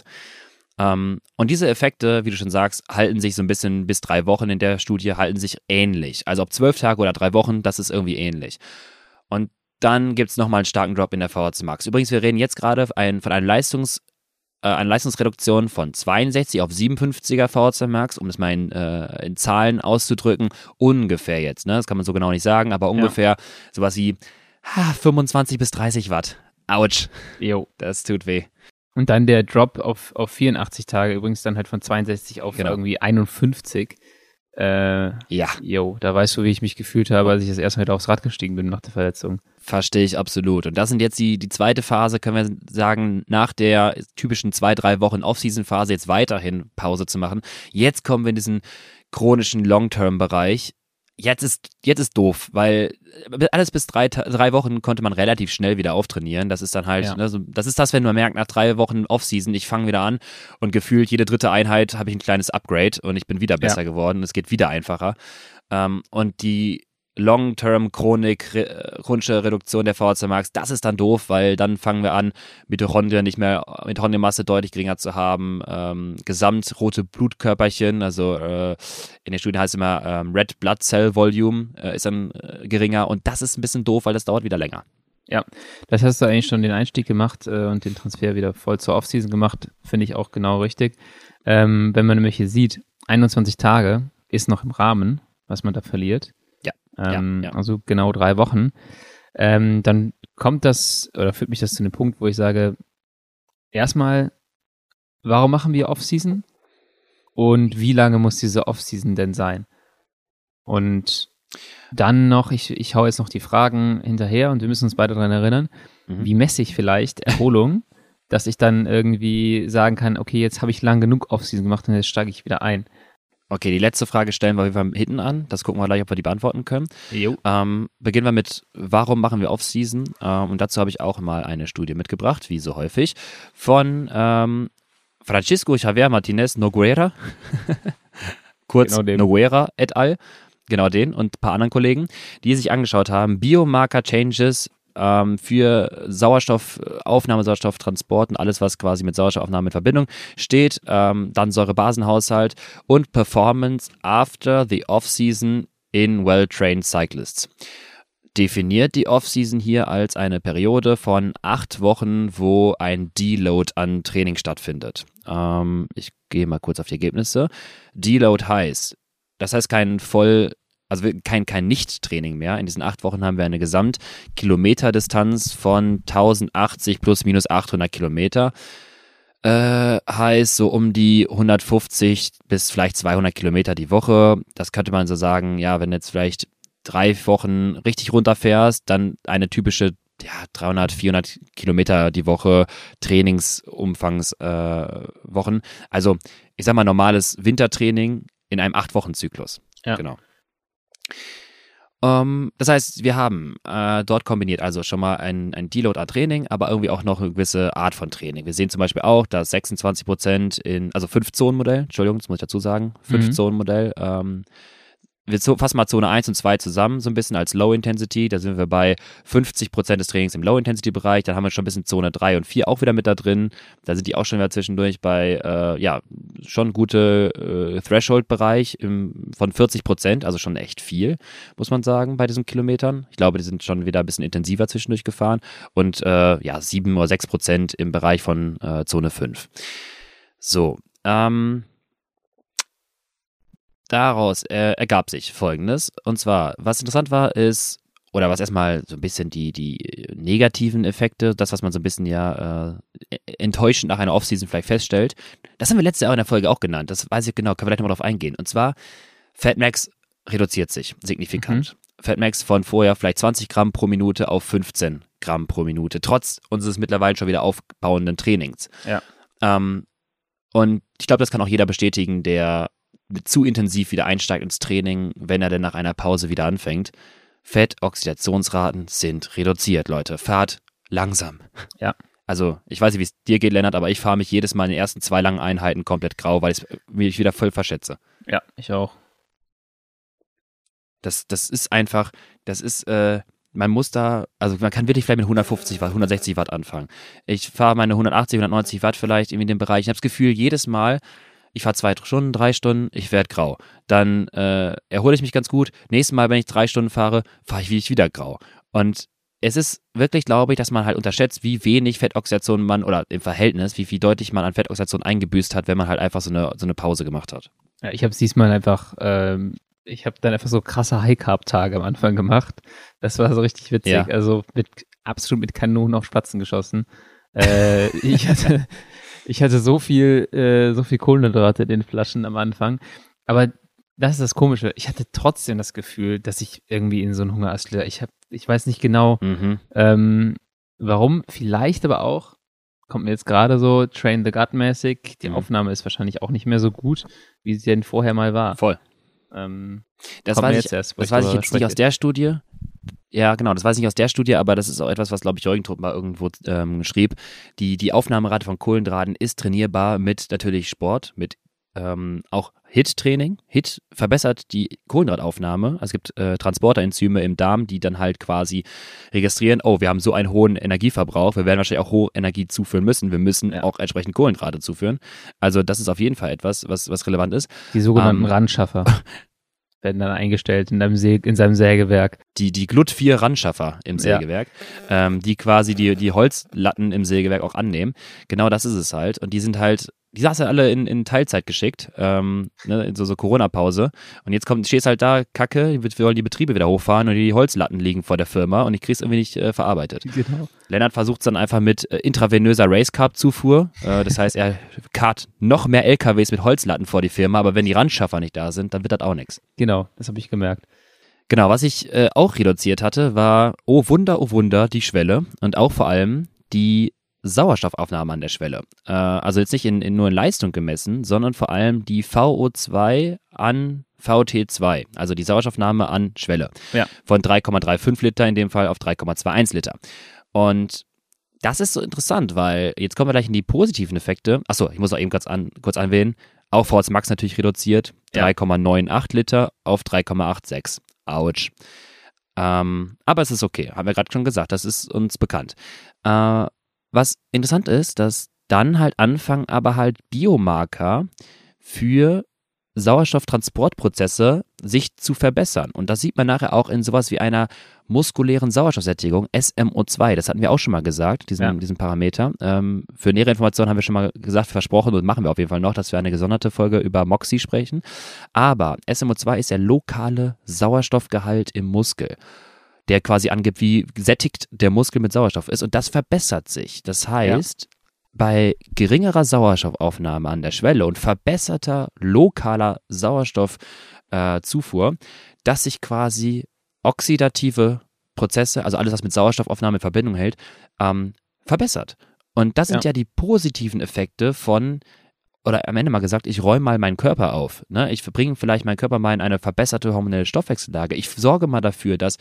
S1: Und diese Effekte, wie du schon sagst, halten sich so ein bisschen bis 3 Wochen in der Studie, halten sich ähnlich. Also ob 12 Tage oder 3 Wochen, das ist irgendwie ähnlich. Und dann gibt es nochmal einen starken Drop in der VO2 max. Übrigens, wir reden jetzt gerade von einer Leistungsreduktion von 62 auf 57er VO2 max, um das mal in Zahlen auszudrücken, ungefähr jetzt, ne? Das kann man so genau nicht sagen, aber ungefähr sowas wie 25 bis 30 Watt. Autsch.
S2: Jo.
S1: Das tut weh.
S2: Und dann der Drop auf 84 Tage, übrigens dann halt von 62 auf irgendwie 51. Da weißt du, wie ich mich gefühlt habe, als ich das erste Mal wieder aufs Rad gestiegen bin nach der Verletzung.
S1: Verstehe ich absolut. Und das sind jetzt die zweite Phase, können wir sagen, nach der typischen 2-3 Wochen Off-Season-Phase jetzt weiterhin Pause zu machen. Jetzt kommen wir in diesen chronischen Long-Term-Bereich. Jetzt ist doof, weil alles bis 3 Wochen konnte man relativ schnell wieder auftrainieren. Das ist dann halt, das ist das, wenn man merkt, nach 3 Wochen Off-Season, ich fange wieder an und gefühlt jede dritte Einheit habe ich ein kleines Upgrade und ich bin wieder besser geworden. Es geht wieder einfacher. Und die Long-Term chronische Reduktion der VO2 max, das ist dann doof, weil dann fangen wir an, Mitochondrienmasse deutlich geringer zu haben, gesamtrote Blutkörperchen, also in der Studie heißt es immer Red Blood Cell Volume ist dann geringer und das ist ein bisschen doof, weil das dauert wieder länger.
S2: Ja, das hast du eigentlich schon den Einstieg gemacht und den Transfer wieder voll zur Offseason gemacht, finde ich auch genau richtig. Wenn man nämlich hier sieht, 21 Tage ist noch im Rahmen, was man da verliert.
S1: Ja.
S2: Also genau 3 Wochen. Dann kommt das, oder führt mich das zu einem Punkt, wo ich sage, erstmal, warum machen wir Offseason? Und wie lange muss diese Offseason denn sein? Und dann noch, ich hau jetzt noch die Fragen hinterher und wir müssen uns beide daran erinnern, wie messe ich vielleicht Erholung, dass ich dann irgendwie sagen kann, okay, jetzt habe ich lang genug Offseason gemacht und jetzt steige ich wieder ein.
S1: Okay, die letzte Frage stellen wir hinten an. Das gucken wir gleich, ob wir die beantworten können. Beginnen wir mit, warum machen wir Offseason? Und dazu habe ich auch mal eine Studie mitgebracht, wie so häufig, von Francisco Javier Martinez Nogueira, kurz genau Nogueira et al., genau den und ein paar anderen Kollegen, die sich angeschaut haben, Biomarker-Changes für Sauerstoffaufnahme, Sauerstofftransport und alles, was quasi mit Sauerstoffaufnahme in Verbindung steht, dann Säurebasenhaushalt und Performance after the Off-Season in well-trained cyclists. Definiert die Off-Season hier als eine Periode von 8 Wochen, wo ein Deload an Training stattfindet. Ich gehe mal kurz auf die Ergebnisse. Deload heißt, das heißt kein Nicht-Training mehr. In diesen 8 Wochen haben wir eine Gesamtkilometerdistanz von 1080 plus minus 800 Kilometer. Heißt so um die 150 bis vielleicht 200 Kilometer die Woche. Das könnte man so sagen, ja, wenn jetzt vielleicht 3 Wochen richtig runterfährst, dann eine typische 300, 400 Kilometer die Woche Trainingsumfangswochen. Also ich sag mal normales Wintertraining in einem 8-Wochen-Zyklus.
S2: Ja.
S1: Genau. Das heißt, wir haben dort kombiniert also schon mal ein Deload an Training, aber irgendwie auch noch eine gewisse Art von Training. Wir sehen zum Beispiel auch, dass 26% also 5-Zonen-Modell, Entschuldigung, das muss ich dazu sagen, 5-Zonen-Modell, wir fassen mal Zone 1 und 2 zusammen, so ein bisschen als Low Intensity. Da sind wir bei 50% des Trainings im Low Intensity Bereich. Dann haben wir schon ein bisschen Zone 3 und 4 auch wieder mit da drin. Da sind die auch schon wieder zwischendurch bei, schon gute Threshold-Bereich von 40%, also schon echt viel, muss man sagen, bei diesen Kilometern. Ich glaube, die sind schon wieder ein bisschen intensiver zwischendurch gefahren. Und 7 oder 6% im Bereich von Zone 5. So, daraus ergab sich Folgendes. Und zwar, was interessant war, ist, oder was erstmal so ein bisschen die negativen Effekte, das, was man so ein bisschen enttäuschend nach einer Offseason vielleicht feststellt, das haben wir letztes Jahr in der Folge auch genannt. Das weiß ich genau, können wir gleich nochmal drauf eingehen. Und zwar, Fatmax reduziert sich signifikant. Fatmax von vorher vielleicht 20 Gramm pro Minute auf 15 Gramm pro Minute, trotz unseres mittlerweile schon wieder aufbauenden Trainings.
S2: Ja.
S1: Und ich glaube, das kann auch jeder bestätigen, der zu intensiv wieder einsteigt ins Training, wenn er denn nach einer Pause wieder anfängt. Fettoxidationsraten sind reduziert, Leute. Fahrt langsam.
S2: Ja.
S1: Also, ich weiß nicht, wie es dir geht, Lennart, aber ich fahre mich jedes Mal in den ersten 2 langen Einheiten komplett grau, weil ich mich wieder voll verschätze.
S2: Ja, ich auch.
S1: Das ist einfach, man muss da, also man kann wirklich vielleicht mit 150 Watt, 160 Watt anfangen. Ich fahre meine 180, 190 Watt vielleicht irgendwie in dem Bereich. Ich habe das Gefühl, jedes Mal, ich fahre 2 Stunden, 3 Stunden, ich werde grau. Dann erhole ich mich ganz gut. Nächstes Mal, wenn ich 3 Stunden fahre, fahre ich wieder grau. Und es ist wirklich, glaube ich, dass man halt unterschätzt, wie wenig Fettoxidation man, oder im Verhältnis, wie viel deutlich man an Fettoxidation eingebüßt hat, wenn man halt einfach so eine Pause gemacht hat.
S2: Ja, ich habe es diesmal einfach, ich habe dann einfach so krasse High-Carb-Tage am Anfang gemacht. Das war so richtig witzig.
S1: Ja.
S2: Also absolut mit Kanonen auf Spatzen geschossen. Ich hatte so viel Kohlenhydrate in den Flaschen am Anfang. Aber das ist das Komische. Ich hatte trotzdem das Gefühl, dass ich irgendwie in so einen Hungerast. Ich weiß nicht genau, warum. Vielleicht aber auch, kommt mir jetzt gerade so Train the Gut mäßig. Die Aufnahme ist wahrscheinlich auch nicht mehr so gut, wie sie denn vorher mal war.
S1: Voll. Das weiß ich jetzt nicht aus der Studie. Ja, genau, das weiß ich nicht aus der Studie, aber das ist auch etwas, was, glaube ich, Jürgen Trupp mal irgendwo schrieb. Die Aufnahmerate von Kohlenhydraten ist trainierbar mit natürlich Sport, mit auch HIIT-Training. HIIT verbessert die Kohlenhydrataufnahme. Also es gibt Transporterenzyme im Darm, die dann halt quasi registrieren, oh, wir haben so einen hohen Energieverbrauch, wir werden wahrscheinlich auch hohe Energie zuführen müssen. Wir müssen auch entsprechend Kohlenhydrate zuführen. Also das ist auf jeden Fall etwas, was relevant ist.
S2: Die sogenannten Randschaffer. werden dann eingestellt in seinem Sägewerk.
S1: Die Glut 4 Randschaffer im Sägewerk, die quasi die Holzlatten im Sägewerk auch annehmen. Genau das ist es halt. Und die sind halt, die hast du alle in Teilzeit geschickt, in so Corona-Pause. Und jetzt stehst halt da, Kacke, wir wollen die Betriebe wieder hochfahren und die Holzlatten liegen vor der Firma und ich krieg's irgendwie nicht verarbeitet.
S2: Genau.
S1: Lennart versucht es dann einfach mit intravenöser Racecarb-Zufuhr. Das heißt, er karrt noch mehr LKWs mit Holzlatten vor die Firma, aber wenn die Randschaffer nicht da sind, dann wird das auch nichts.
S2: Genau, das habe ich gemerkt.
S1: Genau, was ich auch reduziert hatte, war, oh Wunder, die Schwelle und auch vor allem die Sauerstoffaufnahme an der Schwelle. Also jetzt nicht nur in Leistung gemessen, sondern vor allem die VO2 an VT2, also die Sauerstoffnahme an Schwelle.
S2: Ja.
S1: Von 3,35 Liter in dem Fall auf 3,21 Liter. Und das ist so interessant, weil jetzt kommen wir gleich in die positiven Effekte. Achso, ich muss auch eben kurz anwählen. Auch VHS Max natürlich reduziert. 3,98 Liter auf 3,86. Autsch. Aber es ist okay, haben wir gerade schon gesagt, das ist uns bekannt. Was interessant ist, dass dann halt anfangen aber halt Biomarker für Sauerstofftransportprozesse sich zu verbessern. Und das sieht man nachher auch in sowas wie einer muskulären Sauerstoffsättigung, SMO2. Das hatten wir auch schon mal gesagt, diesen Parameter. Für nähere Informationen haben wir schon mal gesagt, versprochen und machen wir auf jeden Fall noch, dass wir eine gesonderte Folge über MOXIE sprechen. Aber SMO2 ist der lokale Sauerstoffgehalt im Muskel, der quasi angibt, wie gesättigt der Muskel mit Sauerstoff ist. Und das verbessert sich. Das heißt, bei geringerer Sauerstoffaufnahme an der Schwelle und verbesserter lokaler Sauerstoffzufuhr, dass sich quasi oxidative Prozesse, also alles, was mit Sauerstoffaufnahme in Verbindung hält, verbessert. Und das sind ja die positiven Effekte von, oder am Ende mal gesagt, ich räume mal meinen Körper auf. Ne? Ich bringe vielleicht meinen Körper mal in eine verbesserte hormonelle Stoffwechsellage. Ich sorge mal dafür, dass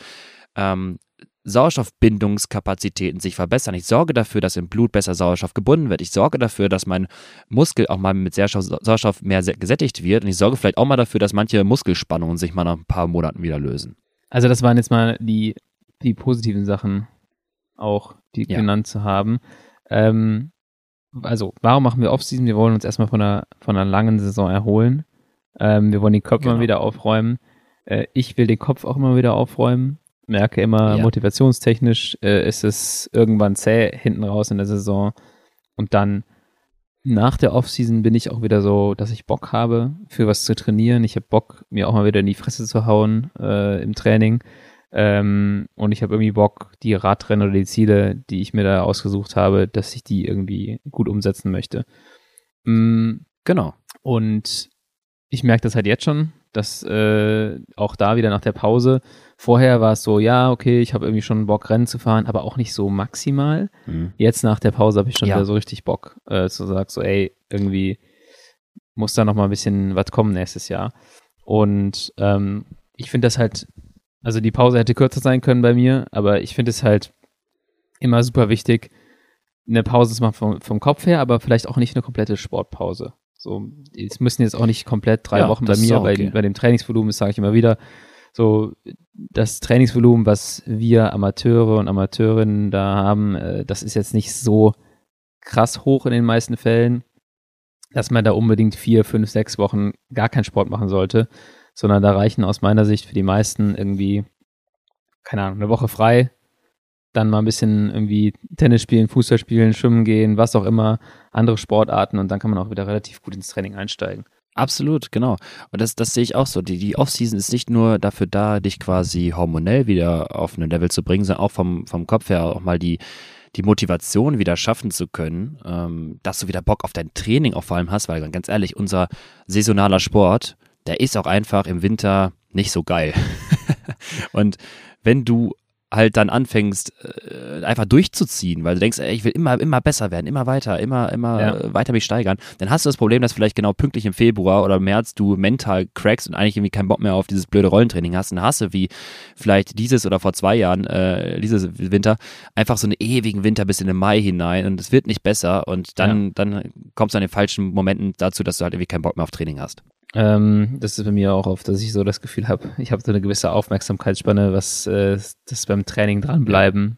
S1: Sauerstoffbindungskapazitäten sich verbessern. Ich sorge dafür, dass im Blut besser Sauerstoff gebunden wird. Ich sorge dafür, dass mein Muskel auch mal mit Sauerstoff mehr gesättigt wird. Und ich sorge vielleicht auch mal dafür, dass manche Muskelspannungen sich mal nach ein paar Monaten wieder lösen.
S2: Also das waren jetzt mal die positiven Sachen auch, die genannt zu haben. Also, warum machen wir Offseason? Wir wollen uns erstmal von einer langen Saison erholen. Wir wollen den Kopf mal wieder aufräumen. Ich will den Kopf auch immer wieder aufräumen. Merke immer, motivationstechnisch ist es irgendwann zäh hinten raus in der Saison. Und dann nach der Offseason bin ich auch wieder so, dass ich Bock habe, für was zu trainieren. Ich habe Bock, mir auch mal wieder in die Fresse zu hauen im Training. Und ich habe irgendwie Bock, die Radrennen oder die Ziele, die ich mir da ausgesucht habe, dass ich die irgendwie gut umsetzen möchte.
S1: Genau.
S2: Und ich merke das halt jetzt schon, dass auch da wieder nach der Pause, vorher war es so, ja, okay, ich habe irgendwie schon Bock, Rennen zu fahren, aber auch nicht so maximal. Jetzt nach der Pause habe ich schon wieder so richtig Bock, zu sagen, so, ey, irgendwie muss da noch mal ein bisschen was kommen nächstes Jahr. Und ich finde das halt, also die Pause hätte kürzer sein können bei mir, aber ich finde es halt immer super wichtig, eine Pause zu machen vom Kopf her, aber vielleicht auch nicht eine komplette Sportpause. So, es müssen jetzt auch nicht komplett 3 Wochen bei mir, okay. Bei dem Trainingsvolumen, das sage ich immer wieder, so das Trainingsvolumen, was wir Amateure und Amateurinnen da haben, das ist jetzt nicht so krass hoch in den meisten Fällen, dass man da unbedingt 4, 5, 6 Wochen gar keinen Sport machen sollte, sondern da reichen aus meiner Sicht für die meisten irgendwie, keine Ahnung, eine Woche frei, dann mal ein bisschen irgendwie Tennis spielen, Fußball spielen, schwimmen gehen, was auch immer, andere Sportarten und dann kann man auch wieder relativ gut ins Training einsteigen.
S1: Absolut, genau. Und das sehe ich auch so. Die Offseason ist nicht nur dafür da, dich quasi hormonell wieder auf ein Level zu bringen, sondern auch vom Kopf her auch mal die Motivation wieder schaffen zu können, dass du wieder Bock auf dein Training auch vor allem hast, weil ganz ehrlich, unser saisonaler Sport, der ist auch einfach im Winter nicht so geil. Und wenn du halt dann anfängst, einfach durchzuziehen, weil du denkst, ey, ich will immer besser werden, immer weiter, immer weiter mich steigern, dann hast du das Problem, dass vielleicht genau pünktlich im Februar oder März du mental crackst und eigentlich irgendwie keinen Bock mehr auf dieses blöde Rollentraining hast und hast du wie vielleicht dieses oder vor 2 Jahren, dieses Winter, einfach so einen ewigen Winter bis in den Mai hinein und es wird nicht besser und dann kommst du an den falschen Momenten dazu, dass du halt irgendwie keinen Bock mehr auf Training hast.
S2: Das ist bei mir auch oft, dass ich so das Gefühl habe, ich habe so eine gewisse Aufmerksamkeitsspanne, was das beim Training dranbleiben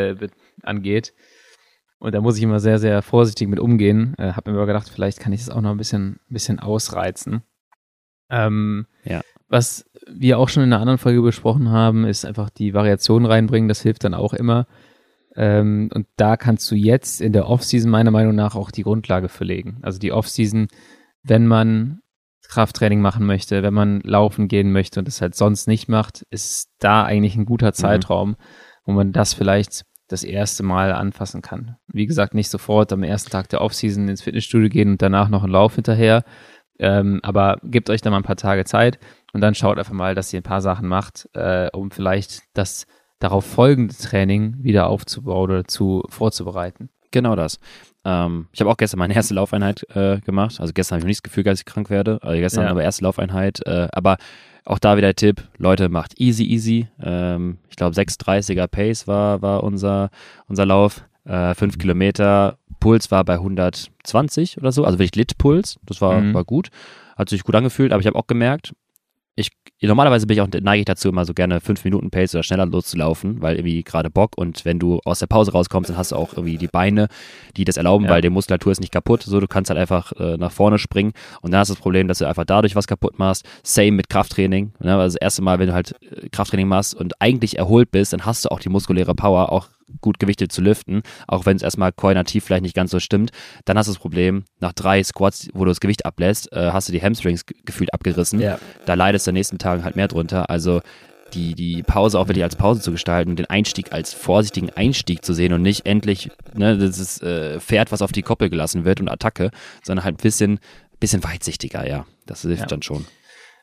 S2: angeht. Und da muss ich immer sehr, sehr vorsichtig mit umgehen. Habe mir aber gedacht, vielleicht kann ich das auch noch ein bisschen ausreizen. Was wir auch schon in einer anderen Folge besprochen haben, ist einfach die Variation reinbringen. Das hilft dann auch immer. Und da kannst du jetzt in der Offseason meiner Meinung nach auch die Grundlage für legen. Also die Offseason, wenn man Krafttraining machen möchte, wenn man laufen gehen möchte und das halt sonst nicht macht, ist da eigentlich ein guter Zeitraum, wo man das vielleicht das erste Mal anfassen kann. Wie gesagt, nicht sofort am ersten Tag der Offseason ins Fitnessstudio gehen und danach noch einen Lauf hinterher, aber gebt euch da mal ein paar Tage Zeit und dann schaut einfach mal, dass ihr ein paar Sachen macht, um vielleicht das darauf folgende Training wieder aufzubauen oder vorzubereiten.
S1: Genau das. Ich habe auch gestern meine erste Laufeinheit gemacht. Also gestern habe ich noch nicht das Gefühl, dass ich krank werde. Also gestern aber erste Laufeinheit. Aber auch da wieder der Tipp, Leute, macht easy. Ich glaube 6,30er Pace war unser Lauf. 5 Kilometer, Puls war bei 120 oder so, also wirklich Lit-Puls. Das war gut. Hat sich gut angefühlt, aber ich habe auch gemerkt, normalerweise neige ich dazu, immer so gerne 5 Minuten Pace oder schneller loszulaufen, weil irgendwie gerade Bock, und wenn du aus der Pause rauskommst, dann hast du auch irgendwie die Beine, die das erlauben, weil die Muskulatur ist nicht kaputt, so, du kannst halt einfach nach vorne springen, und dann hast du das Problem, dass du einfach dadurch was kaputt machst. Same mit Krafttraining, ne? Also das erste Mal, wenn du halt Krafttraining machst und eigentlich erholt bist, dann hast du auch die muskuläre Power, auch gut gewichtet zu liften, auch wenn es erstmal koordinativ vielleicht nicht ganz so stimmt. Dann hast du das Problem, nach 3 Squats, wo du das Gewicht ablässt, hast du die Hamstrings gefühlt abgerissen. Ja. Da leidest du in den nächsten Tagen halt mehr drunter. Also die Pause auch wirklich als Pause zu gestalten und den Einstieg als vorsichtigen Einstieg zu sehen und nicht endlich das ist Pferd, was auf die Koppel gelassen wird und Attacke, sondern halt ein bisschen weitsichtiger, ja. Das hilft dann schon.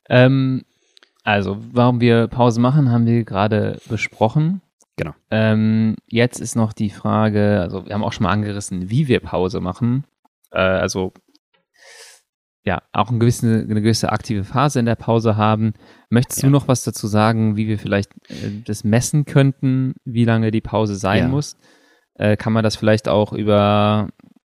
S2: Also, warum wir Pause machen, haben wir gerade besprochen.
S1: Genau.
S2: Jetzt ist noch die Frage, also wir haben auch schon mal angerissen, wie wir Pause machen. Also ja, auch eine gewisse aktive Phase in der Pause haben. Möchtest du noch was dazu sagen, wie wir vielleicht das messen könnten, wie lange die Pause sein muss? Kann man das vielleicht auch über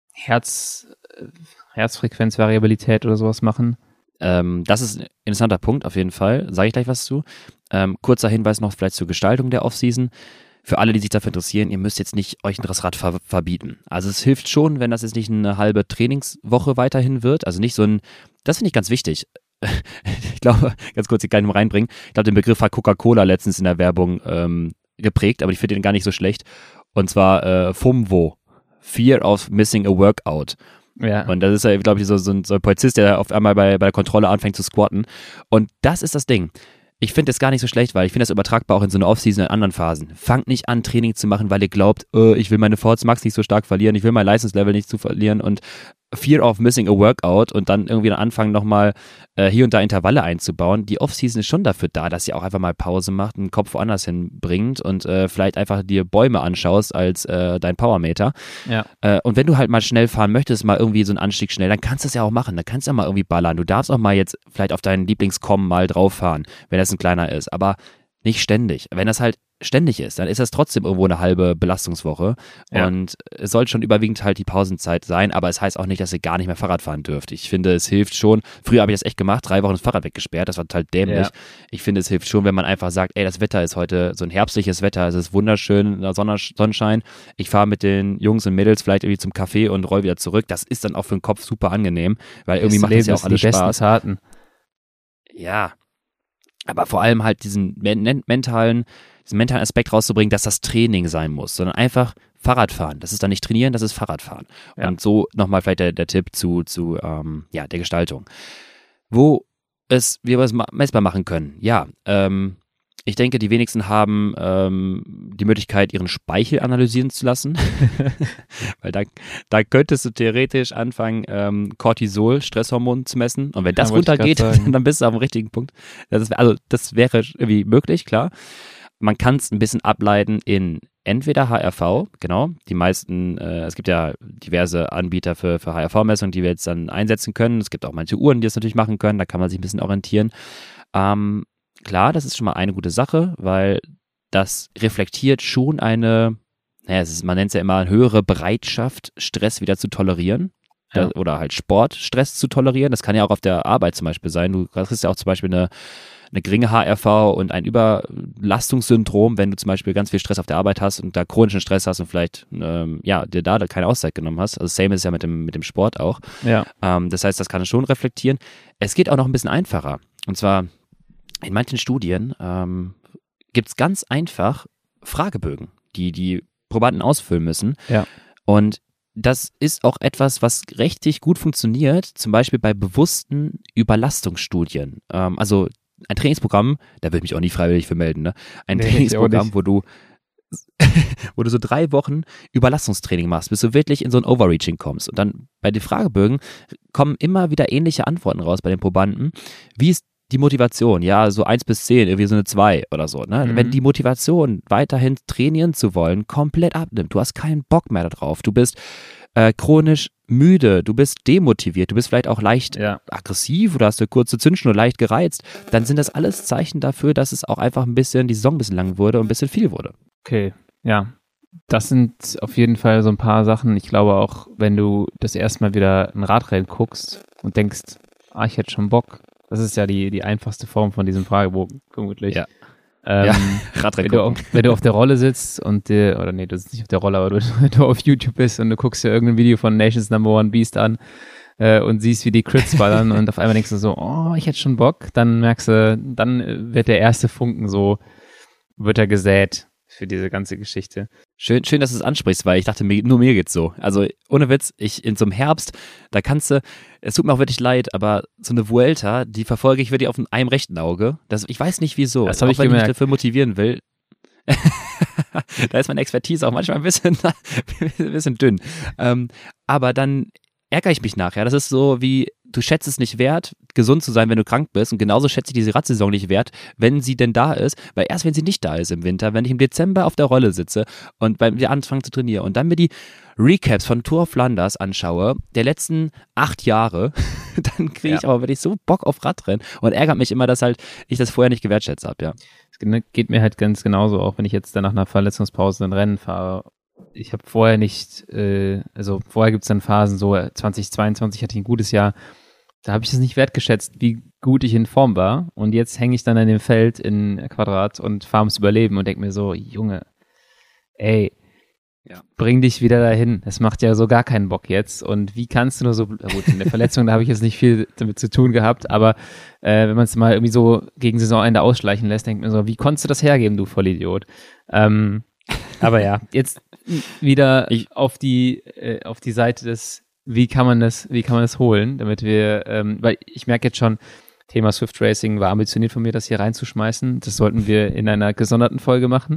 S2: Herzfrequenzvariabilität oder sowas machen?
S1: Das ist ein interessanter Punkt, auf jeden Fall. Sage ich gleich was zu. Kurzer Hinweis noch vielleicht zur Gestaltung der Offseason. Für alle, die sich dafür interessieren, ihr müsst jetzt nicht euch das Rad verbieten. Also es hilft schon, wenn das jetzt nicht eine halbe Trainingswoche weiterhin wird. Also nicht das finde ich ganz wichtig. Ich glaube, ganz kurz, ich kann ihn reinbringen. Ich glaube, den Begriff hat Coca-Cola letztens in der Werbung geprägt, aber ich finde den gar nicht so schlecht. Und zwar FOMO, Fear of Missing a Workout. Ja. Und das ist ja, glaube ich, so ein Polizist, der auf einmal bei der Kontrolle anfängt zu squatten. Und das ist das Ding. Ich finde das gar nicht so schlecht, weil ich finde das übertragbar auch in so einer Offseason in anderen Phasen. Fangt nicht an, Training zu machen, weil ihr glaubt, ich will meine Force Max nicht so stark verlieren, ich will mein Leistungslevel nicht zu verlieren und Fear of Missing a Workout und dann irgendwie anfangen nochmal hier und da Intervalle einzubauen. Die Offseason ist schon dafür da, dass ihr auch einfach mal Pause macht, einen Kopf woanders hinbringt und vielleicht einfach dir Bäume anschaust als dein Powermeter. Ja. Und wenn du halt mal schnell fahren möchtest, mal irgendwie so einen Anstieg schnell, dann kannst du es ja auch machen. Dann kannst du ja mal irgendwie ballern. Du darfst auch mal jetzt vielleicht auf deinen Lieblingskommen mal drauf fahren, wenn das ein kleiner ist. Aber nicht ständig. Wenn das halt ständig ist, dann ist das trotzdem irgendwo eine halbe Belastungswoche. Ja. Und es sollte schon überwiegend halt die Pausenzeit sein, aber es heißt auch nicht, dass ihr gar nicht mehr Fahrrad fahren dürft. Ich finde, es hilft schon. Früher habe ich das echt gemacht, 3 Wochen das Fahrrad weggesperrt, das war total dämlich. Ja. Ich finde, es hilft schon, wenn man einfach sagt, das Wetter ist heute so ein herbstliches Wetter, es ist wunderschön, Sonnenschein. Ich fahre mit den Jungs und Mädels vielleicht irgendwie zum Café und roll wieder zurück. Das ist dann auch für den Kopf super angenehm, weil irgendwie macht das ja auch alles Spaß.
S2: Taten.
S1: Ja, aber vor allem halt diesen mentalen Aspekt rauszubringen, dass das Training sein muss, sondern einfach Fahrradfahren. Das ist dann nicht trainieren, das ist Fahrradfahren. Ja. Und so nochmal vielleicht der Tipp zu der Gestaltung. Wo wir was messbar machen können. Ja, ich denke, die wenigsten haben die Möglichkeit, ihren Speichel analysieren zu lassen. Weil da könntest du theoretisch anfangen, Cortisol, Stresshormon zu messen. Und wenn das runtergeht, dann bist du auf dem richtigen Punkt. Das wäre irgendwie möglich, klar. Man kann es ein bisschen ableiten in entweder HRV, genau, die meisten, es gibt ja diverse Anbieter für HRV-Messungen, die wir jetzt dann einsetzen können. Es gibt auch manche Uhren, die das natürlich machen können, da kann man sich ein bisschen orientieren. Klar, das ist schon mal eine gute Sache, weil das reflektiert schon man nennt es ja immer eine höhere Bereitschaft, Stress wieder zu tolerieren. Ja. Oder halt Sportstress zu tolerieren. Das kann ja auch auf der Arbeit zum Beispiel sein. Du kriegst ja auch zum Beispiel eine geringe HRV und ein Überlastungssyndrom, wenn du zum Beispiel ganz viel Stress auf der Arbeit hast und da chronischen Stress hast und vielleicht dir da keine Auszeit genommen hast. Also same ist ja mit dem Sport auch. Ja. Das heißt, das kann es schon reflektieren. Es geht auch noch ein bisschen einfacher. Und zwar in manchen Studien gibt es ganz einfach Fragebögen, die Probanden ausfüllen müssen.
S2: Ja.
S1: Und das ist auch etwas, was richtig gut funktioniert, zum Beispiel bei bewussten Überlastungsstudien. Also ein Trainingsprogramm, da würde ich mich auch nie freiwillig für melden, ne? Ein Trainingsprogramm, wo du so 3 Wochen Überlastungstraining machst, bis du wirklich in so ein Overreaching kommst. Und dann bei den Fragebögen kommen immer wieder ähnliche Antworten raus bei den Probanden. Wie ist die Motivation? Ja, so 1 bis 10, irgendwie so eine 2 oder so. Ne? Wenn die Motivation, weiterhin trainieren zu wollen, komplett abnimmt, du hast keinen Bock mehr darauf, du bist chronisch müde, du bist demotiviert, du bist vielleicht auch leicht aggressiv oder hast eine kurze Zündschnur, leicht gereizt, dann sind das alles Zeichen dafür, dass es auch einfach die Saison ein bisschen lang wurde und ein bisschen viel wurde.
S2: Okay, ja. Das sind auf jeden Fall so ein paar Sachen. Ich glaube auch, wenn du das erste Mal wieder ein Radrennen guckst und denkst, ich hätte schon Bock. Das ist ja die einfachste Form von diesem Fragebogen, vermutlich.
S1: Ja.
S2: Radrennen wenn du auf der Rolle sitzt und du sitzt nicht auf der Rolle, aber wenn du auf YouTube bist und du guckst dir irgendein Video von Nations Number One Beast an und siehst, wie die Crits ballern und auf einmal denkst du so, ich hätte schon Bock, dann merkst du, dann wird der erste Funken wird er gesät für diese ganze Geschichte.
S1: Schön, dass du es ansprichst, weil ich dachte, nur mir geht's so. Also ohne Witz, in so einem Herbst, da es tut mir auch wirklich leid, aber so eine Vuelta, die verfolge ich wirklich auf einem rechten Auge. Ich weiß nicht wieso.
S2: Das habe ich
S1: wenn
S2: gemerkt.
S1: Ich mich dafür motivieren will. Da ist meine Expertise auch manchmal ein bisschen dünn. Aber dann ärgere ich mich nachher. Das ist so wie, du schätzt es nicht wert, gesund zu sein, wenn du krank bist. Und genauso schätze ich diese Radsaison nicht wert, wenn sie denn da ist. Weil erst wenn sie nicht da ist im Winter, wenn ich im Dezember auf der Rolle sitze und wir anfangen zu trainieren und dann mir die Recaps von Tour of Flanders anschaue, der letzten 8 Jahre, dann kriege ich aber wirklich so Bock auf Radrennen und ärgert mich immer, dass halt ich das vorher nicht gewertschätzt habe, ja.
S2: Es geht mir halt ganz genauso, auch wenn ich jetzt dann nach einer Verletzungspause ein Rennen fahre. Ich habe vorher nicht, vorher gibt es dann Phasen, so 2022 hatte ich ein gutes Jahr, da habe ich es nicht wertgeschätzt, wie gut ich in Form war. Und jetzt hänge ich dann an dem Feld in Quadrat und fahre ums Überleben und denke mir so, Junge, bring dich wieder dahin. Das macht ja so gar keinen Bock jetzt. Und wie kannst du nur so, gut, in der Verletzung, da habe ich jetzt nicht viel damit zu tun gehabt, aber wenn man es mal irgendwie so gegen Saisonende ausschleichen lässt, denkt man so, wie konntest du das hergeben, du Vollidiot? Aber ja, jetzt wieder auf die Seite des, wie kann man das holen, damit wir, weil ich merke jetzt schon, Thema Swift Racing war ambitioniert von mir, das hier reinzuschmeißen. Das sollten wir in einer gesonderten Folge machen.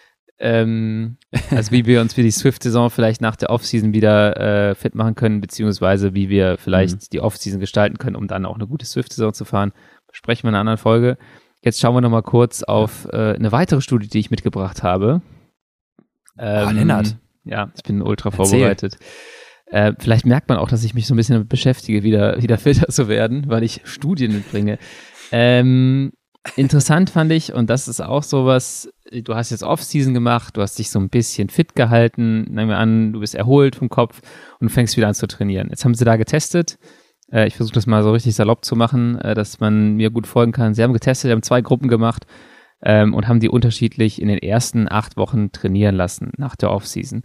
S2: Also wie wir uns für die Swift-Saison vielleicht nach der Offseason wieder fit machen können, beziehungsweise wie wir vielleicht die Offseason gestalten können, um dann auch eine gute Swift-Saison zu fahren. Besprechen wir in einer anderen Folge. Jetzt schauen wir nochmal kurz auf eine weitere Studie, die ich mitgebracht habe.
S1: Lennart.
S2: Ja, ich bin ultra vorbereitet. Vielleicht merkt man auch, dass ich mich so ein bisschen damit beschäftige, wieder fitter zu werden, weil ich Studien mitbringe. Interessant fand ich, und das ist auch sowas, du hast jetzt Off-Season gemacht, du hast dich so ein bisschen fit gehalten, nehmen wir an, du bist erholt vom Kopf und fängst wieder an zu trainieren. Jetzt haben sie da getestet, ich versuche das mal so richtig salopp zu machen, dass man mir gut folgen kann. Sie haben getestet, sie haben 2 Gruppen gemacht und haben die unterschiedlich in den ersten 8 Wochen trainieren lassen nach der Off-Season.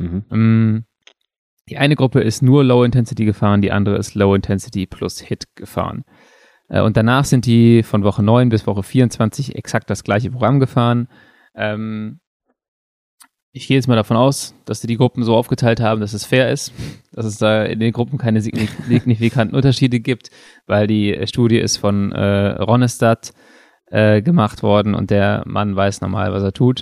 S2: Die eine Gruppe ist nur Low Intensity gefahren, die andere ist Low Intensity plus HIIT gefahren. Und danach sind die von Woche 9 bis Woche 24 exakt das gleiche Programm gefahren. Ich gehe jetzt mal davon aus, dass sie die Gruppen so aufgeteilt haben, dass es fair ist, dass es da in den Gruppen keine signifikanten Unterschiede gibt, weil die Studie ist von Ronestad gemacht worden und der Mann weiß normal, was er tut.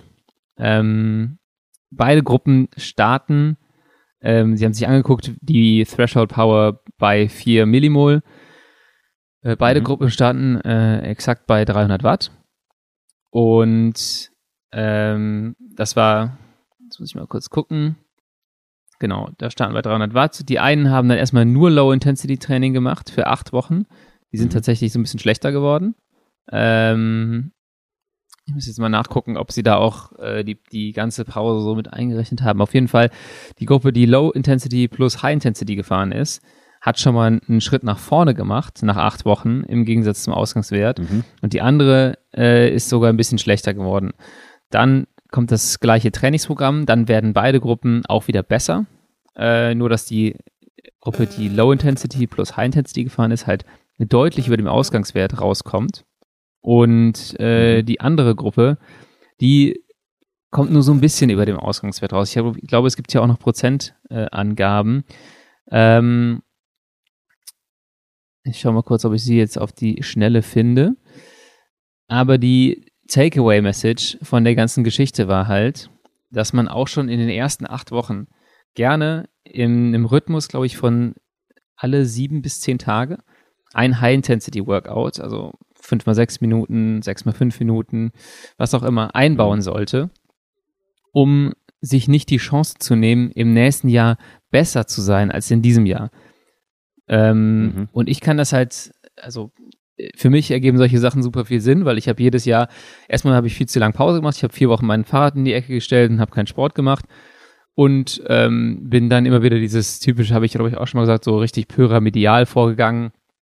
S2: Beide Gruppen starten, sie haben sich angeguckt, die Threshold Power bei 4 Millimol. Beide Gruppen starten exakt bei 300 Watt. Und das war, jetzt muss ich mal kurz gucken. Genau, da starten bei 300 Watt. Die einen haben dann erstmal nur Low-Intensity-Training gemacht für 8 Wochen. Die sind tatsächlich so ein bisschen schlechter geworden. Ich muss jetzt mal nachgucken, ob sie da auch die ganze Pause so mit eingerechnet haben. Auf jeden Fall, die Gruppe, die Low-Intensity plus High-Intensity gefahren ist, hat schon mal einen Schritt nach vorne gemacht, nach 8 Wochen, im Gegensatz zum Ausgangswert. Und die andere ist sogar ein bisschen schlechter geworden. Dann kommt das gleiche Trainingsprogramm, dann werden beide Gruppen auch wieder besser. Nur, dass die Gruppe, die Low Intensity plus High Intensity gefahren ist, halt deutlich über dem Ausgangswert rauskommt. Und die andere Gruppe, die kommt nur so ein bisschen über dem Ausgangswert raus. Ich glaube, es gibt ja auch noch Prozentangaben. Ich schaue mal kurz, ob ich sie jetzt auf die Schnelle finde. Aber die Takeaway-Message von der ganzen Geschichte war halt, dass man auch schon in den ersten 8 Wochen gerne im Rhythmus, glaube ich, von alle 7 bis 10 Tage ein High-Intensity-Workout, also 5x6 Minuten, 6x5 Minuten, was auch immer, einbauen sollte, um sich nicht die Chance zu nehmen, im nächsten Jahr besser zu sein als in diesem Jahr. Und ich kann das halt, also für mich ergeben solche Sachen super viel Sinn, weil ich habe jedes Jahr, erstmal habe ich viel zu lange Pause gemacht, ich habe 4 Wochen mein Fahrrad in die Ecke gestellt und habe keinen Sport gemacht und bin dann immer wieder dieses typische, habe ich glaube ich auch schon mal gesagt, so richtig pyramidal vorgegangen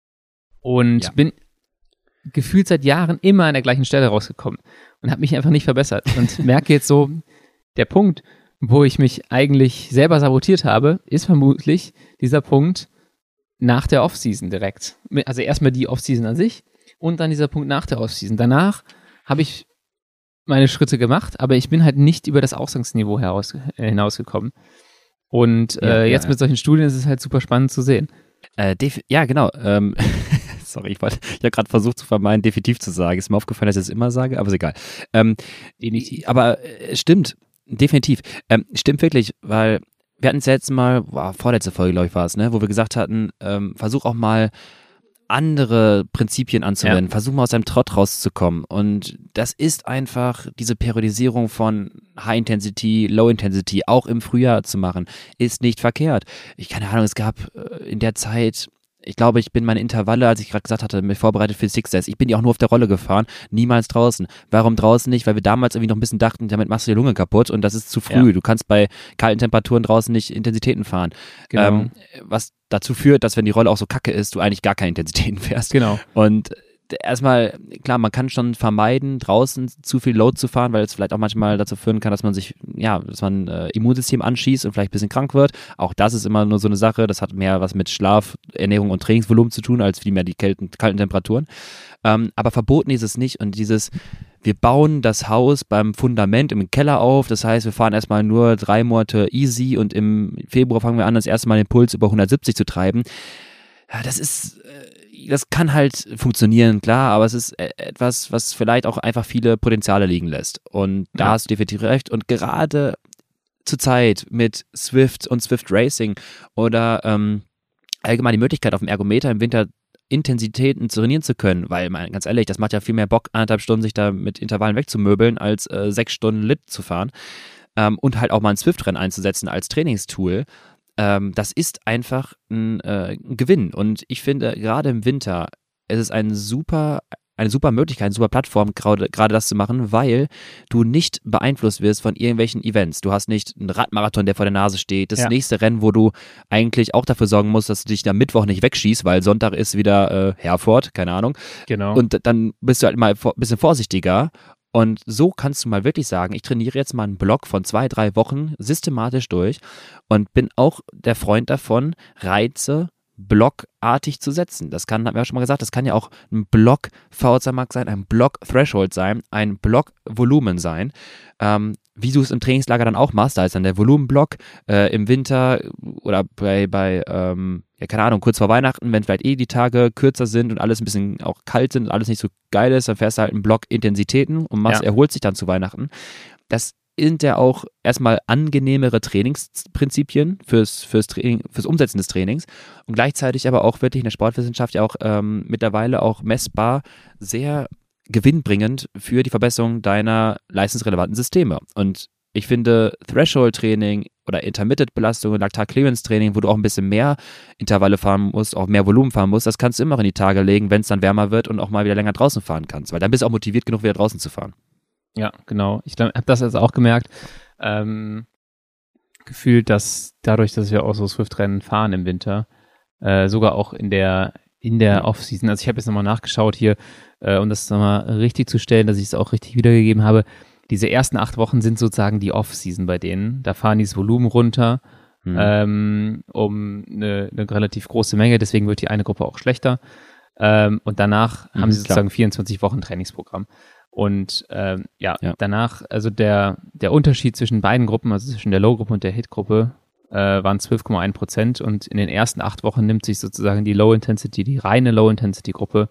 S2: und bin gefühlt seit Jahren immer an der gleichen Stelle rausgekommen und habe mich einfach nicht verbessert und merke jetzt so, der Punkt, wo ich mich eigentlich selber sabotiert habe, ist vermutlich dieser Punkt nach der Offseason direkt. Also erstmal die Offseason an sich und dann dieser Punkt nach der Offseason. Danach habe ich meine Schritte gemacht, aber ich bin halt nicht über das Ausgangsniveau hinausgekommen. Und jetzt mit solchen Studien ist es halt super spannend zu sehen.
S1: Ja, genau. Sorry, ich habe gerade versucht zu vermeiden, definitiv zu sagen. Ist mir aufgefallen, dass ich das immer sage, aber ist egal. Definitiv. Aber stimmt, definitiv. Stimmt wirklich, weil wir hatten es ja jetzt mal, vorletzte Folge, glaube ich, war es, ne, wo wir gesagt hatten, versuch auch mal andere Prinzipien anzuwenden, versuch mal aus deinem Trott rauszukommen. Und das ist einfach diese Periodisierung von High Intensity, Low Intensity, auch im Frühjahr zu machen, ist nicht verkehrt. Keine Ahnung, es gab in der Zeit, ich glaube, ich bin meine Intervalle, als ich gerade gesagt hatte, mich vorbereitet für Six Days. Ich bin die auch nur auf der Rolle gefahren, niemals draußen. Warum draußen nicht? Weil wir damals irgendwie noch ein bisschen dachten, damit machst du die Lunge kaputt und das ist zu früh. Ja. Du kannst bei kalten Temperaturen draußen nicht Intensitäten fahren.
S2: Genau.
S1: Was dazu führt, dass wenn die Rolle auch so kacke ist, du eigentlich gar keine Intensitäten fährst.
S2: Genau.
S1: Und erstmal, klar, man kann schon vermeiden, draußen zu viel Load zu fahren, weil es vielleicht auch manchmal dazu führen kann, dass man sich, dass man Immunsystem anschießt und vielleicht ein bisschen krank wird. Auch das ist immer nur so eine Sache, das hat mehr was mit Schlaf, Ernährung und Trainingsvolumen zu tun, als vielmehr die kalten Temperaturen. Aber verboten ist es nicht und wir bauen das Haus beim Fundament im Keller auf, das heißt, wir fahren erstmal nur 3 Monate easy und im Februar fangen wir an, das erste Mal den Puls über 170 zu treiben. Ja, das kann halt funktionieren, klar, aber es ist etwas, was vielleicht auch einfach viele Potenziale liegen lässt. Und da hast du definitiv recht. Und gerade zur Zeit mit Swift und Swift Racing oder allgemein die Möglichkeit, auf dem Ergometer im Winter Intensitäten trainieren zu können, weil, ganz ehrlich, das macht ja viel mehr Bock, 1,5 Stunden sich da mit Intervallen wegzumöbeln, als 6 Stunden Lit zu fahren und halt auch mal ein Swift-Rennen einzusetzen als Trainingstool. Das ist einfach ein Gewinn und ich finde, gerade im Winter ist es eine super Möglichkeit, eine super Plattform, gerade das zu machen, weil du nicht beeinflusst wirst von irgendwelchen Events. Du hast nicht einen Radmarathon, der vor der Nase steht, das nächste Rennen, wo du eigentlich auch dafür sorgen musst, dass du dich am Mittwoch nicht wegschießt, weil Sonntag ist wieder Herford, keine Ahnung.
S2: Genau.
S1: Und dann bist du halt mal ein bisschen vorsichtiger. Und so kannst du mal wirklich sagen, ich trainiere jetzt mal einen Block von 2-3 Wochen systematisch durch und bin auch der Freund davon, Reize blockartig zu setzen. Das haben wir ja schon mal gesagt, das kann ja auch ein Block VO2 Max sein, ein Block Threshold sein, ein Block Volumen sein. Wie du es im Trainingslager dann auch machst, da ist dann der Volumenblock im Winter oder keine Ahnung, kurz vor Weihnachten, wenn vielleicht die Tage kürzer sind und alles ein bisschen auch kalt sind und alles nicht so geil ist, dann fährst du halt einen Block Intensitäten und erholt sich dann zu Weihnachten. Das sind ja auch erstmal angenehmere Trainingsprinzipien fürs Umsetzen des Trainings und gleichzeitig aber auch wirklich in der Sportwissenschaft ja auch mittlerweile auch messbar sehr gewinnbringend für die Verbesserung deiner leistungsrelevanten Systeme. Und ich finde Threshold-Training oder Intermittent-Belastung und Laktat-Clearance-Training, wo du auch ein bisschen mehr Intervalle fahren musst, auch mehr Volumen fahren musst, das kannst du immer in die Tage legen, wenn es dann wärmer wird und auch mal wieder länger draußen fahren kannst, weil dann bist du auch motiviert genug, wieder draußen zu fahren.
S2: Ja, genau. Ich habe das jetzt auch gemerkt, gefühlt, dass dadurch, dass wir auch so Swift-Rennen fahren im Winter, sogar auch in der Off-Season, also ich habe jetzt nochmal nachgeschaut hier, um das nochmal richtig zu stellen, dass ich es auch richtig wiedergegeben habe, diese ersten 8 Wochen sind sozusagen die Off-Season bei denen. Da fahren die das Volumen runter um eine relativ große Menge, deswegen wird die eine Gruppe auch schlechter. Und danach haben sie sozusagen 24 Wochen Trainingsprogramm. Und danach, also der Unterschied zwischen beiden Gruppen, also zwischen der Low-Gruppe und der Hit-Gruppe, waren 12,1%. Und in den ersten 8 Wochen nimmt sich sozusagen die reine Low-Intensity-Gruppe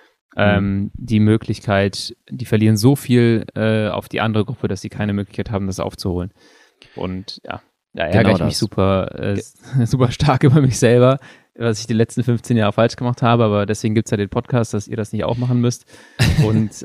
S2: die Möglichkeit, die verlieren so viel auf die andere Gruppe, dass sie keine Möglichkeit haben, das aufzuholen. Und ja, da ärgere ich mich super stark über mich selber, was ich die letzten 15 Jahre falsch gemacht habe, aber deswegen gibt's ja den Podcast, dass ihr das nicht auch machen müsst. Und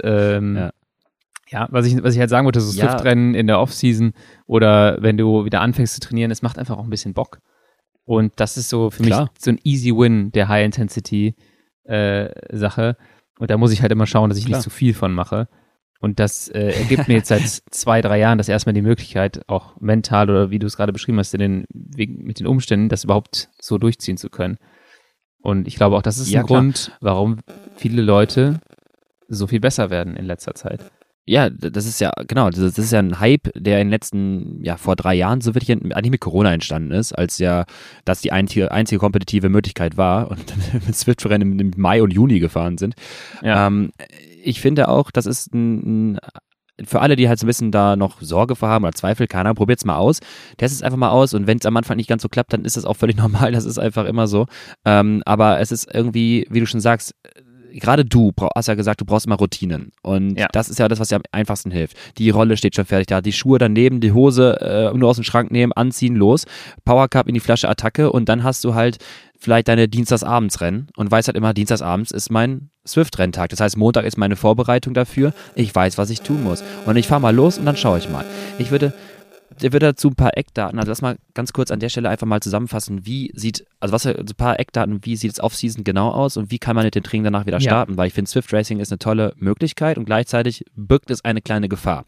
S2: was ich halt sagen wollte, so Swift-Rennen in der Offseason oder wenn du wieder anfängst zu trainieren, es macht einfach auch ein bisschen Bock. Und das ist so für mich so ein easy Win der High-Intensity-Sache. Und da muss ich halt immer schauen, dass ich nicht zu viel von mache. Und das ergibt mir jetzt seit 2-3 Jahren das erstmal die Möglichkeit, auch mental oder wie du es gerade beschrieben hast, mit den Umständen, das überhaupt so durchziehen zu können. Und ich glaube auch, das ist ein Grund, warum viele Leute so viel besser werden in letzter Zeit.
S1: Ja, das ist ja, genau, das ist ja ein Hype, der in den letzten, vor 3 Jahren so wirklich eigentlich mit Corona entstanden ist, als ja das die einzige kompetitive Möglichkeit war und mit Swift-Rennen im Mai und Juni gefahren sind. Ja. Ich finde auch, das ist für alle, die halt so ein bisschen da noch Sorge vor haben oder Zweifel, keine Ahnung, probiert's mal aus. Testet es einfach mal aus und wenn es am Anfang nicht ganz so klappt, dann ist das auch völlig normal, das ist einfach immer so. Aber es ist irgendwie, wie du schon sagst, gerade du hast ja gesagt, du brauchst immer Routinen und das ist ja das, was dir am einfachsten hilft. Die Rolle steht schon fertig da, die Schuhe daneben, die Hose nur aus dem Schrank nehmen, anziehen, los, Powercup in die Flasche, Attacke und dann hast du halt vielleicht deine Dienstagsabendsrennen und weißt halt immer, Dienstagsabends ist mein Swift-Renntag. Das heißt, Montag ist meine Vorbereitung dafür, ich weiß, was ich tun muss und ich fahre mal los und dann schaue ich mal. Ich würde dazu ein paar Eckdaten, also lass mal ganz kurz an der Stelle einfach mal zusammenfassen, wie sieht es Off-Season genau aus und wie kann man mit dem Training danach wieder starten, weil ich finde, Swift Racing ist eine tolle Möglichkeit und gleichzeitig birgt es eine kleine Gefahr.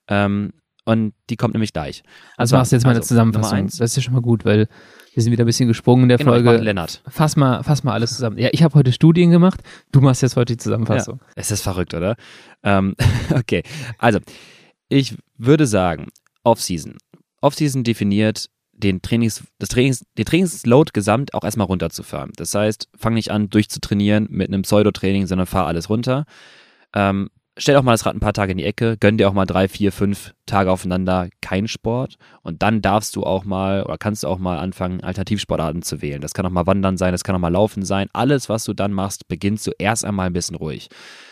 S1: Und die kommt nämlich gleich.
S2: Also machst du jetzt mal eine Zusammenfassung. Das ist ja schon mal gut, weil wir sind wieder ein bisschen gesprungen in der Folge.
S1: Lennart.
S2: Fass mal alles zusammen. Ja, ich habe heute Studien gemacht, du machst jetzt heute die Zusammenfassung.
S1: Ja. Es ist verrückt, oder? Okay, also ich würde sagen, Off-Season. Off-Season definiert den Trainingsload gesamt auch erstmal runterzufahren. Das heißt, fang nicht an durchzutrainieren mit einem Pseudo-Training, sondern fahr alles runter. Stell auch mal das Rad ein paar Tage in die Ecke, gönn dir auch mal 3, 4, 5 Tage aufeinander kein Sport und dann kannst du auch mal anfangen, Alternativsportarten zu wählen. Das kann auch mal Wandern sein, das kann auch mal Laufen sein. Alles, was du dann machst, beginnst du erst einmal ein bisschen ruhig.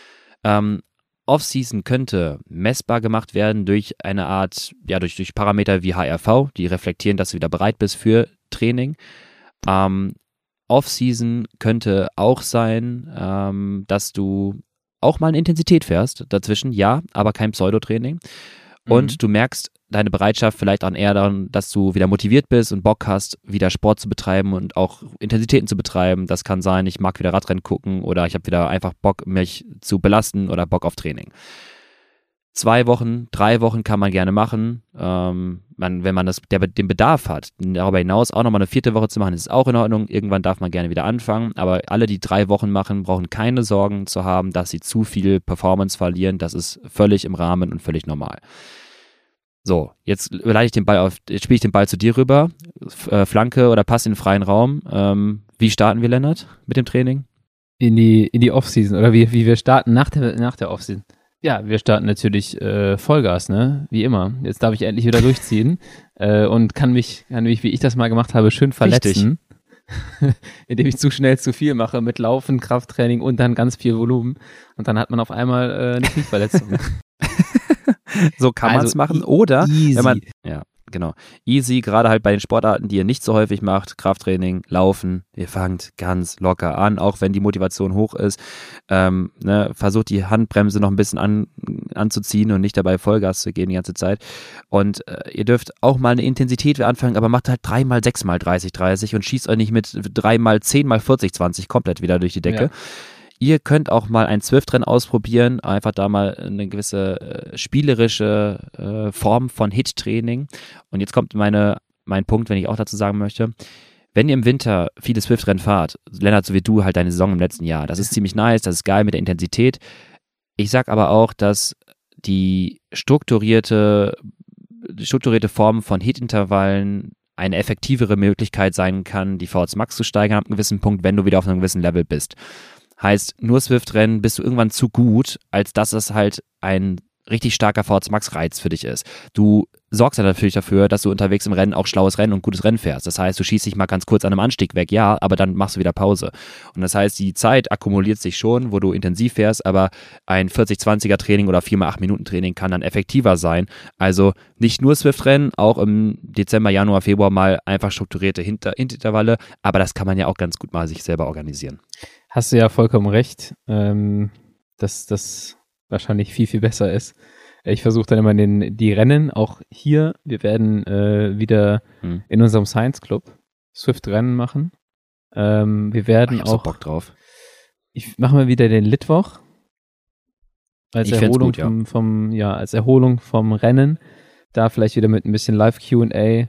S1: Off-Season könnte messbar gemacht werden durch eine Art, durch Parameter wie HRV, die reflektieren, dass du wieder bereit bist für Training. Off-Season könnte auch sein, dass du auch mal eine Intensität fährst dazwischen, aber kein Pseudotraining. Und du merkst deine Bereitschaft vielleicht auch eher daran, dass du wieder motiviert bist und Bock hast, wieder Sport zu betreiben und auch Intensitäten zu betreiben. Das kann sein, ich mag wieder Radrennen gucken oder ich habe wieder einfach Bock, mich zu belasten oder Bock auf Training. 2 Wochen, 3 Wochen kann man gerne machen. Wenn man den Bedarf hat, darüber hinaus auch nochmal eine 4. Woche zu machen, ist auch in Ordnung. Irgendwann darf man gerne wieder anfangen. Aber alle, die 3 Wochen machen, brauchen keine Sorgen zu haben, dass sie zu viel Performance verlieren. Das ist völlig im Rahmen und völlig normal. So, jetzt spiele ich den Ball zu dir rüber. Flanke oder Pass in den freien Raum. Wie starten wir, Lennart, mit dem Training?
S2: In die Offseason oder wie wir starten nach der Offseason. Ja, wir starten natürlich Vollgas, ne? Wie immer. Jetzt darf ich endlich wieder durchziehen und kann mich, wie ich das mal gemacht habe, schön verletzen. Indem ich zu schnell zu viel mache mit Laufen, Krafttraining und dann ganz viel Volumen. Und dann hat man auf einmal eine Knieverletzung.
S1: So kann man es machen. Oder wenn man, genau, easy, gerade halt bei den Sportarten, die ihr nicht so häufig macht, Krafttraining, Laufen, ihr fangt ganz locker an, auch wenn die Motivation hoch ist, versucht die Handbremse noch ein bisschen anzuziehen und nicht dabei Vollgas zu gehen die ganze Zeit und ihr dürft auch mal eine Intensität anfangen, aber macht halt 3x, 6x 30 und schießt euch nicht mit 3x, 10x 40-20 komplett wieder durch die Decke. Ja. Ihr könnt auch mal ein Swift-Rennen ausprobieren, einfach da mal eine gewisse spielerische Form von Hit-Training. Und jetzt kommt mein Punkt, wenn ich auch dazu sagen möchte. Wenn ihr im Winter viele Swift-Rennen fahrt, Lennart, so wie du halt deine Saison im letzten Jahr, das ist ziemlich nice, das ist geil mit der Intensität. Ich sag aber auch, dass die strukturierte Form von Hit-Intervallen eine effektivere Möglichkeit sein kann, die VO2 Max zu steigern ab einem gewissen Punkt, wenn du wieder auf einem gewissen Level bist. Heißt, nur Swift-Rennen bist du irgendwann zu gut, als dass es halt ein richtig starker VHC Max-Reiz für dich ist. Du sorgst ja natürlich dafür, dass du unterwegs im Rennen auch schlaues Rennen und gutes Rennen fährst. Das heißt, du schießt dich mal ganz kurz an einem Anstieg weg, ja, aber dann machst du wieder Pause. Und das heißt, die Zeit akkumuliert sich schon, wo du intensiv fährst, aber ein 40-20er Training oder 4x8 Minuten Training kann dann effektiver sein. Also nicht nur Swift-Rennen, auch im Dezember, Januar, Februar mal einfach strukturierte Intervalle, aber das kann man ja auch ganz gut mal sich selber organisieren.
S2: Hast du ja vollkommen recht, dass das wahrscheinlich viel, viel besser ist. Ich versuche dann immer die Rennen, auch hier, wir werden wieder in unserem Science Club Swift-Rennen machen. Wir werden
S1: ich hab
S2: auch
S1: so Bock drauf.
S2: Ich mache mal wieder den Litwoch als Erholung
S1: gut,
S2: als Erholung vom Rennen. Da vielleicht wieder mit ein bisschen Live Q&A.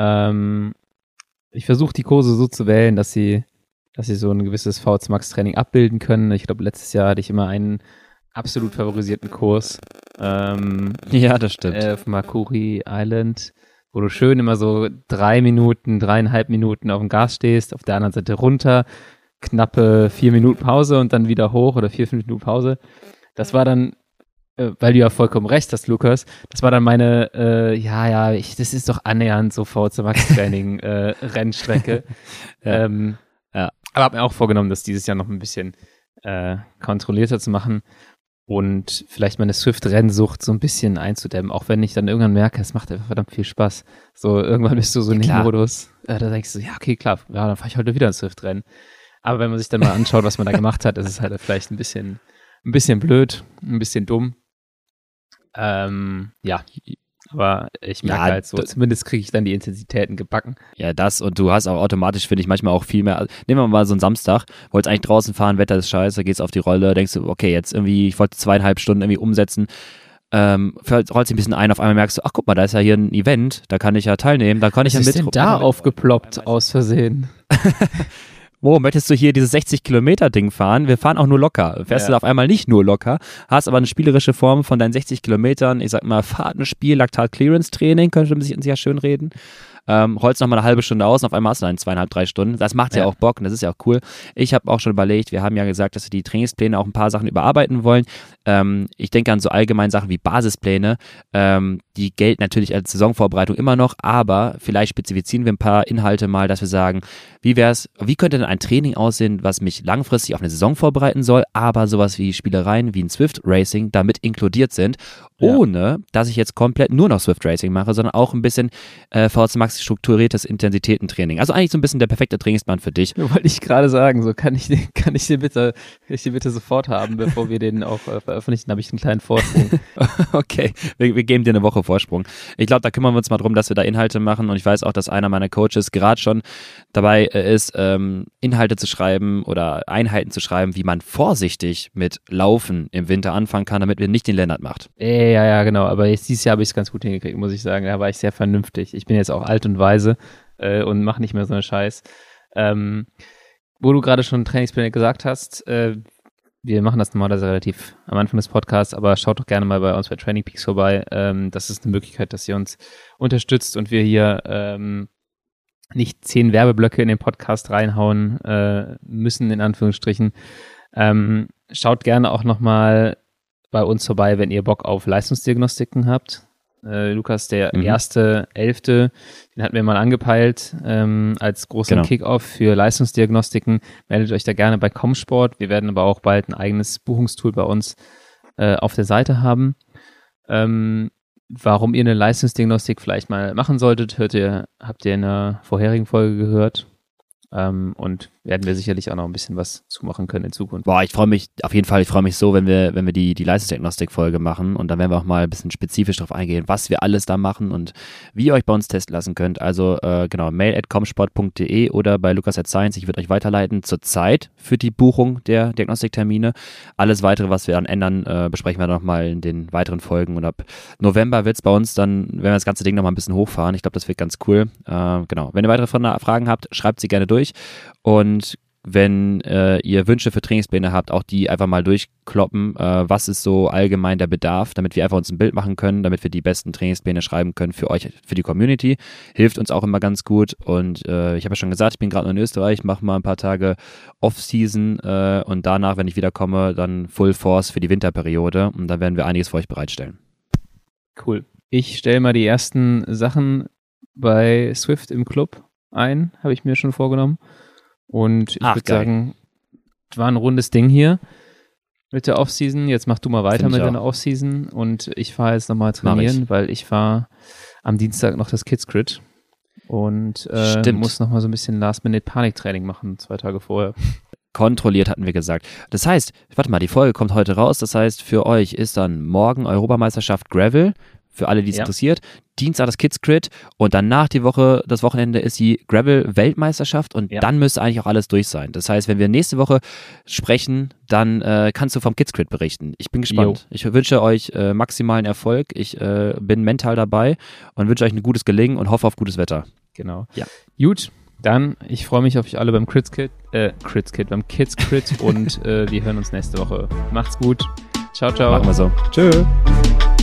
S2: Ich versuche die Kurse so zu wählen, dass sie so ein gewisses VHC Max Training abbilden können. Ich glaube, letztes Jahr hatte ich immer einen absolut favorisierten Kurs.
S1: Ja, das stimmt.
S2: Auf Makuri Island, wo du schön immer so 3,5 Minuten auf dem Gas stehst, auf der anderen Seite runter, knappe 4 Minuten Pause und dann wieder hoch oder 4, 5 Minuten Pause. Das war dann, weil du ja vollkommen recht hast, Lukas, das war dann meine, das ist doch annähernd so VHC Max Training Rennstrecke.
S1: Ja.
S2: Aber habe mir auch vorgenommen, das dieses Jahr noch ein bisschen kontrollierter zu machen und vielleicht meine Swift-Rennsucht so ein bisschen einzudämmen, auch wenn ich dann irgendwann merke, es macht einfach verdammt viel Spaß. So, irgendwann bist du so in dem Modus, da denkst du, ja, okay, klar, ja, dann fahre ich heute wieder ein Swift-Rennen. Aber wenn man sich dann mal anschaut, was man da gemacht hat, ist es halt vielleicht ein bisschen blöd, ein bisschen dumm. Aber ich merke halt so, zumindest kriege ich dann die Intensitäten gebacken.
S1: Ja, das und du hast auch automatisch, finde ich, manchmal auch viel mehr. Nehmen wir mal so einen Samstag, wolltest eigentlich draußen fahren, Wetter ist scheiße, gehst auf die Rolle, denkst du, okay, jetzt irgendwie, ich wollte 2,5 Stunden irgendwie umsetzen, rollst dich ein bisschen ein, auf einmal merkst du, ach guck mal, da ist ja hier ein Event, da kann ich ja teilnehmen, da kann ich ja mit.
S2: Was ist denn da aufgeploppt aus Versehen?
S1: Wo, möchtest du hier dieses 60-Kilometer-Ding fahren? Wir fahren auch nur locker. Fährst du auf einmal nicht nur locker, hast aber eine spielerische Form von deinen 60 Kilometern, ich sag mal, Fahrtenspiel, Laktat-Clearance-Training, könnte man sich ja schön reden. Holst noch mal eine halbe Stunde aus und auf einmal hast du dann 2,5, 3 Stunden. Das macht ja auch Bock und das ist ja auch cool. Ich habe auch schon überlegt, wir haben ja gesagt, dass wir die Trainingspläne auch ein paar Sachen überarbeiten wollen. Ich denke an so allgemeine Sachen wie Basispläne. Die gelten natürlich als Saisonvorbereitung immer noch, aber vielleicht spezifizieren wir ein paar Inhalte mal, dass wir sagen, wie könnte denn ein Training aussehen, was mich langfristig auf eine Saison vorbereiten soll, aber sowas wie Spielereien wie ein Swift Racing damit inkludiert sind, ohne dass ich jetzt komplett nur noch Swift Racing mache, sondern auch ein bisschen VHC Max strukturiertes Intensitätentraining. Also eigentlich so ein bisschen der perfekte Trainingsplan für dich.
S2: Wollte ich gerade sagen, so kann ich den bitte sofort haben, bevor wir den auch veröffentlichen, habe ich einen kleinen Vorsprung.
S1: Okay, wir geben dir eine Woche Vorsprung. Ich glaube, da kümmern wir uns mal drum, dass wir da Inhalte machen und ich weiß auch, dass einer meiner Coaches gerade schon dabei ist, Inhalte zu schreiben oder Einheiten zu schreiben, wie man vorsichtig mit Laufen im Winter anfangen kann, damit man nicht den Lennart macht.
S2: Ja, genau, aber dieses Jahr habe ich es ganz gut hingekriegt, muss ich sagen. Da war ich sehr vernünftig. Ich bin jetzt auch alt und weise und mache nicht mehr so einen Scheiß. Wo du gerade schon Trainingspläne gesagt hast, wir machen das normalerweise relativ am Anfang des Podcasts, aber schaut doch gerne mal bei uns bei Training Peaks vorbei. Das ist eine Möglichkeit, dass ihr uns unterstützt und wir hier nicht 10 Werbeblöcke in den Podcast reinhauen müssen, in Anführungsstrichen. Schaut gerne auch nochmal bei uns vorbei, wenn ihr Bock auf Leistungsdiagnostiken habt. Lukas, der 1.11., den hatten wir mal angepeilt als großen Kickoff für Leistungsdiagnostiken. Meldet euch da gerne bei ComSport. Wir werden aber auch bald ein eigenes Buchungstool bei uns auf der Seite haben. Warum ihr eine Leistungsdiagnostik vielleicht mal machen solltet, habt ihr in einer vorherigen Folge gehört. Und werden wir sicherlich auch noch ein bisschen was zumachen können in Zukunft.
S1: Boah, ich freue mich so, wenn wir die Leistungsdiagnostik-Folge machen und dann werden wir auch mal ein bisschen spezifisch darauf eingehen, was wir alles da machen und wie ihr euch bei uns testen lassen könnt. Also mail@comsport.de oder bei Lukas@science. Ich würde euch weiterleiten zur Zeit für die Buchung der Diagnostiktermine. Alles weitere, was wir dann ändern, besprechen wir nochmal in den weiteren Folgen und ab November wird es bei uns dann, wenn wir das ganze Ding nochmal ein bisschen hochfahren. Ich glaube, das wird ganz cool. Wenn ihr weitere Fragen habt, schreibt sie gerne durch. Und wenn ihr Wünsche für Trainingspläne habt, auch die einfach mal durchkloppen. Was ist so allgemein der Bedarf, damit wir einfach uns ein Bild machen können, damit wir die besten Trainingspläne schreiben können für euch, für die Community. Hilft uns auch immer ganz gut. Und ich habe ja schon gesagt, ich bin gerade noch in Österreich, mache mal ein paar Tage Off-Season und danach, wenn ich wiederkomme, dann Full Force für die Winterperiode. Und da werden wir einiges für euch bereitstellen.
S2: Cool. Ich stelle mal die ersten Sachen bei Swift im Club ein, habe ich mir schon vorgenommen. Und ich würde sagen, war ein rundes Ding hier mit der Offseason. Jetzt mach du mal weiter mit deiner Offseason und ich fahre jetzt nochmal trainieren, weil ich fahre am Dienstag noch das Kids Crit und muss nochmal so ein bisschen Last-Minute-Paniktraining machen, 2 Tage vorher.
S1: Kontrolliert, hatten wir gesagt. Das heißt, warte mal, die Folge kommt heute raus, das heißt, für euch ist dann morgen Europameisterschaft Gravel, für alle, die es interessiert, Dienstag das Kids Crit und danach das Wochenende ist die Gravel-Weltmeisterschaft und dann müsste eigentlich auch alles durch sein. Das heißt, wenn wir nächste Woche sprechen, dann kannst du vom Kids Crit berichten. Ich bin gespannt. Ich wünsche euch maximalen Erfolg. Ich bin mental dabei und wünsche euch ein gutes Gelingen und hoffe auf gutes Wetter.
S2: Genau. Ja. Gut, dann, ich freue mich auf euch alle beim beim Kids Crit und wir hören uns nächste Woche. Macht's gut. Ciao, ciao.
S1: Machen wir so. Tschö.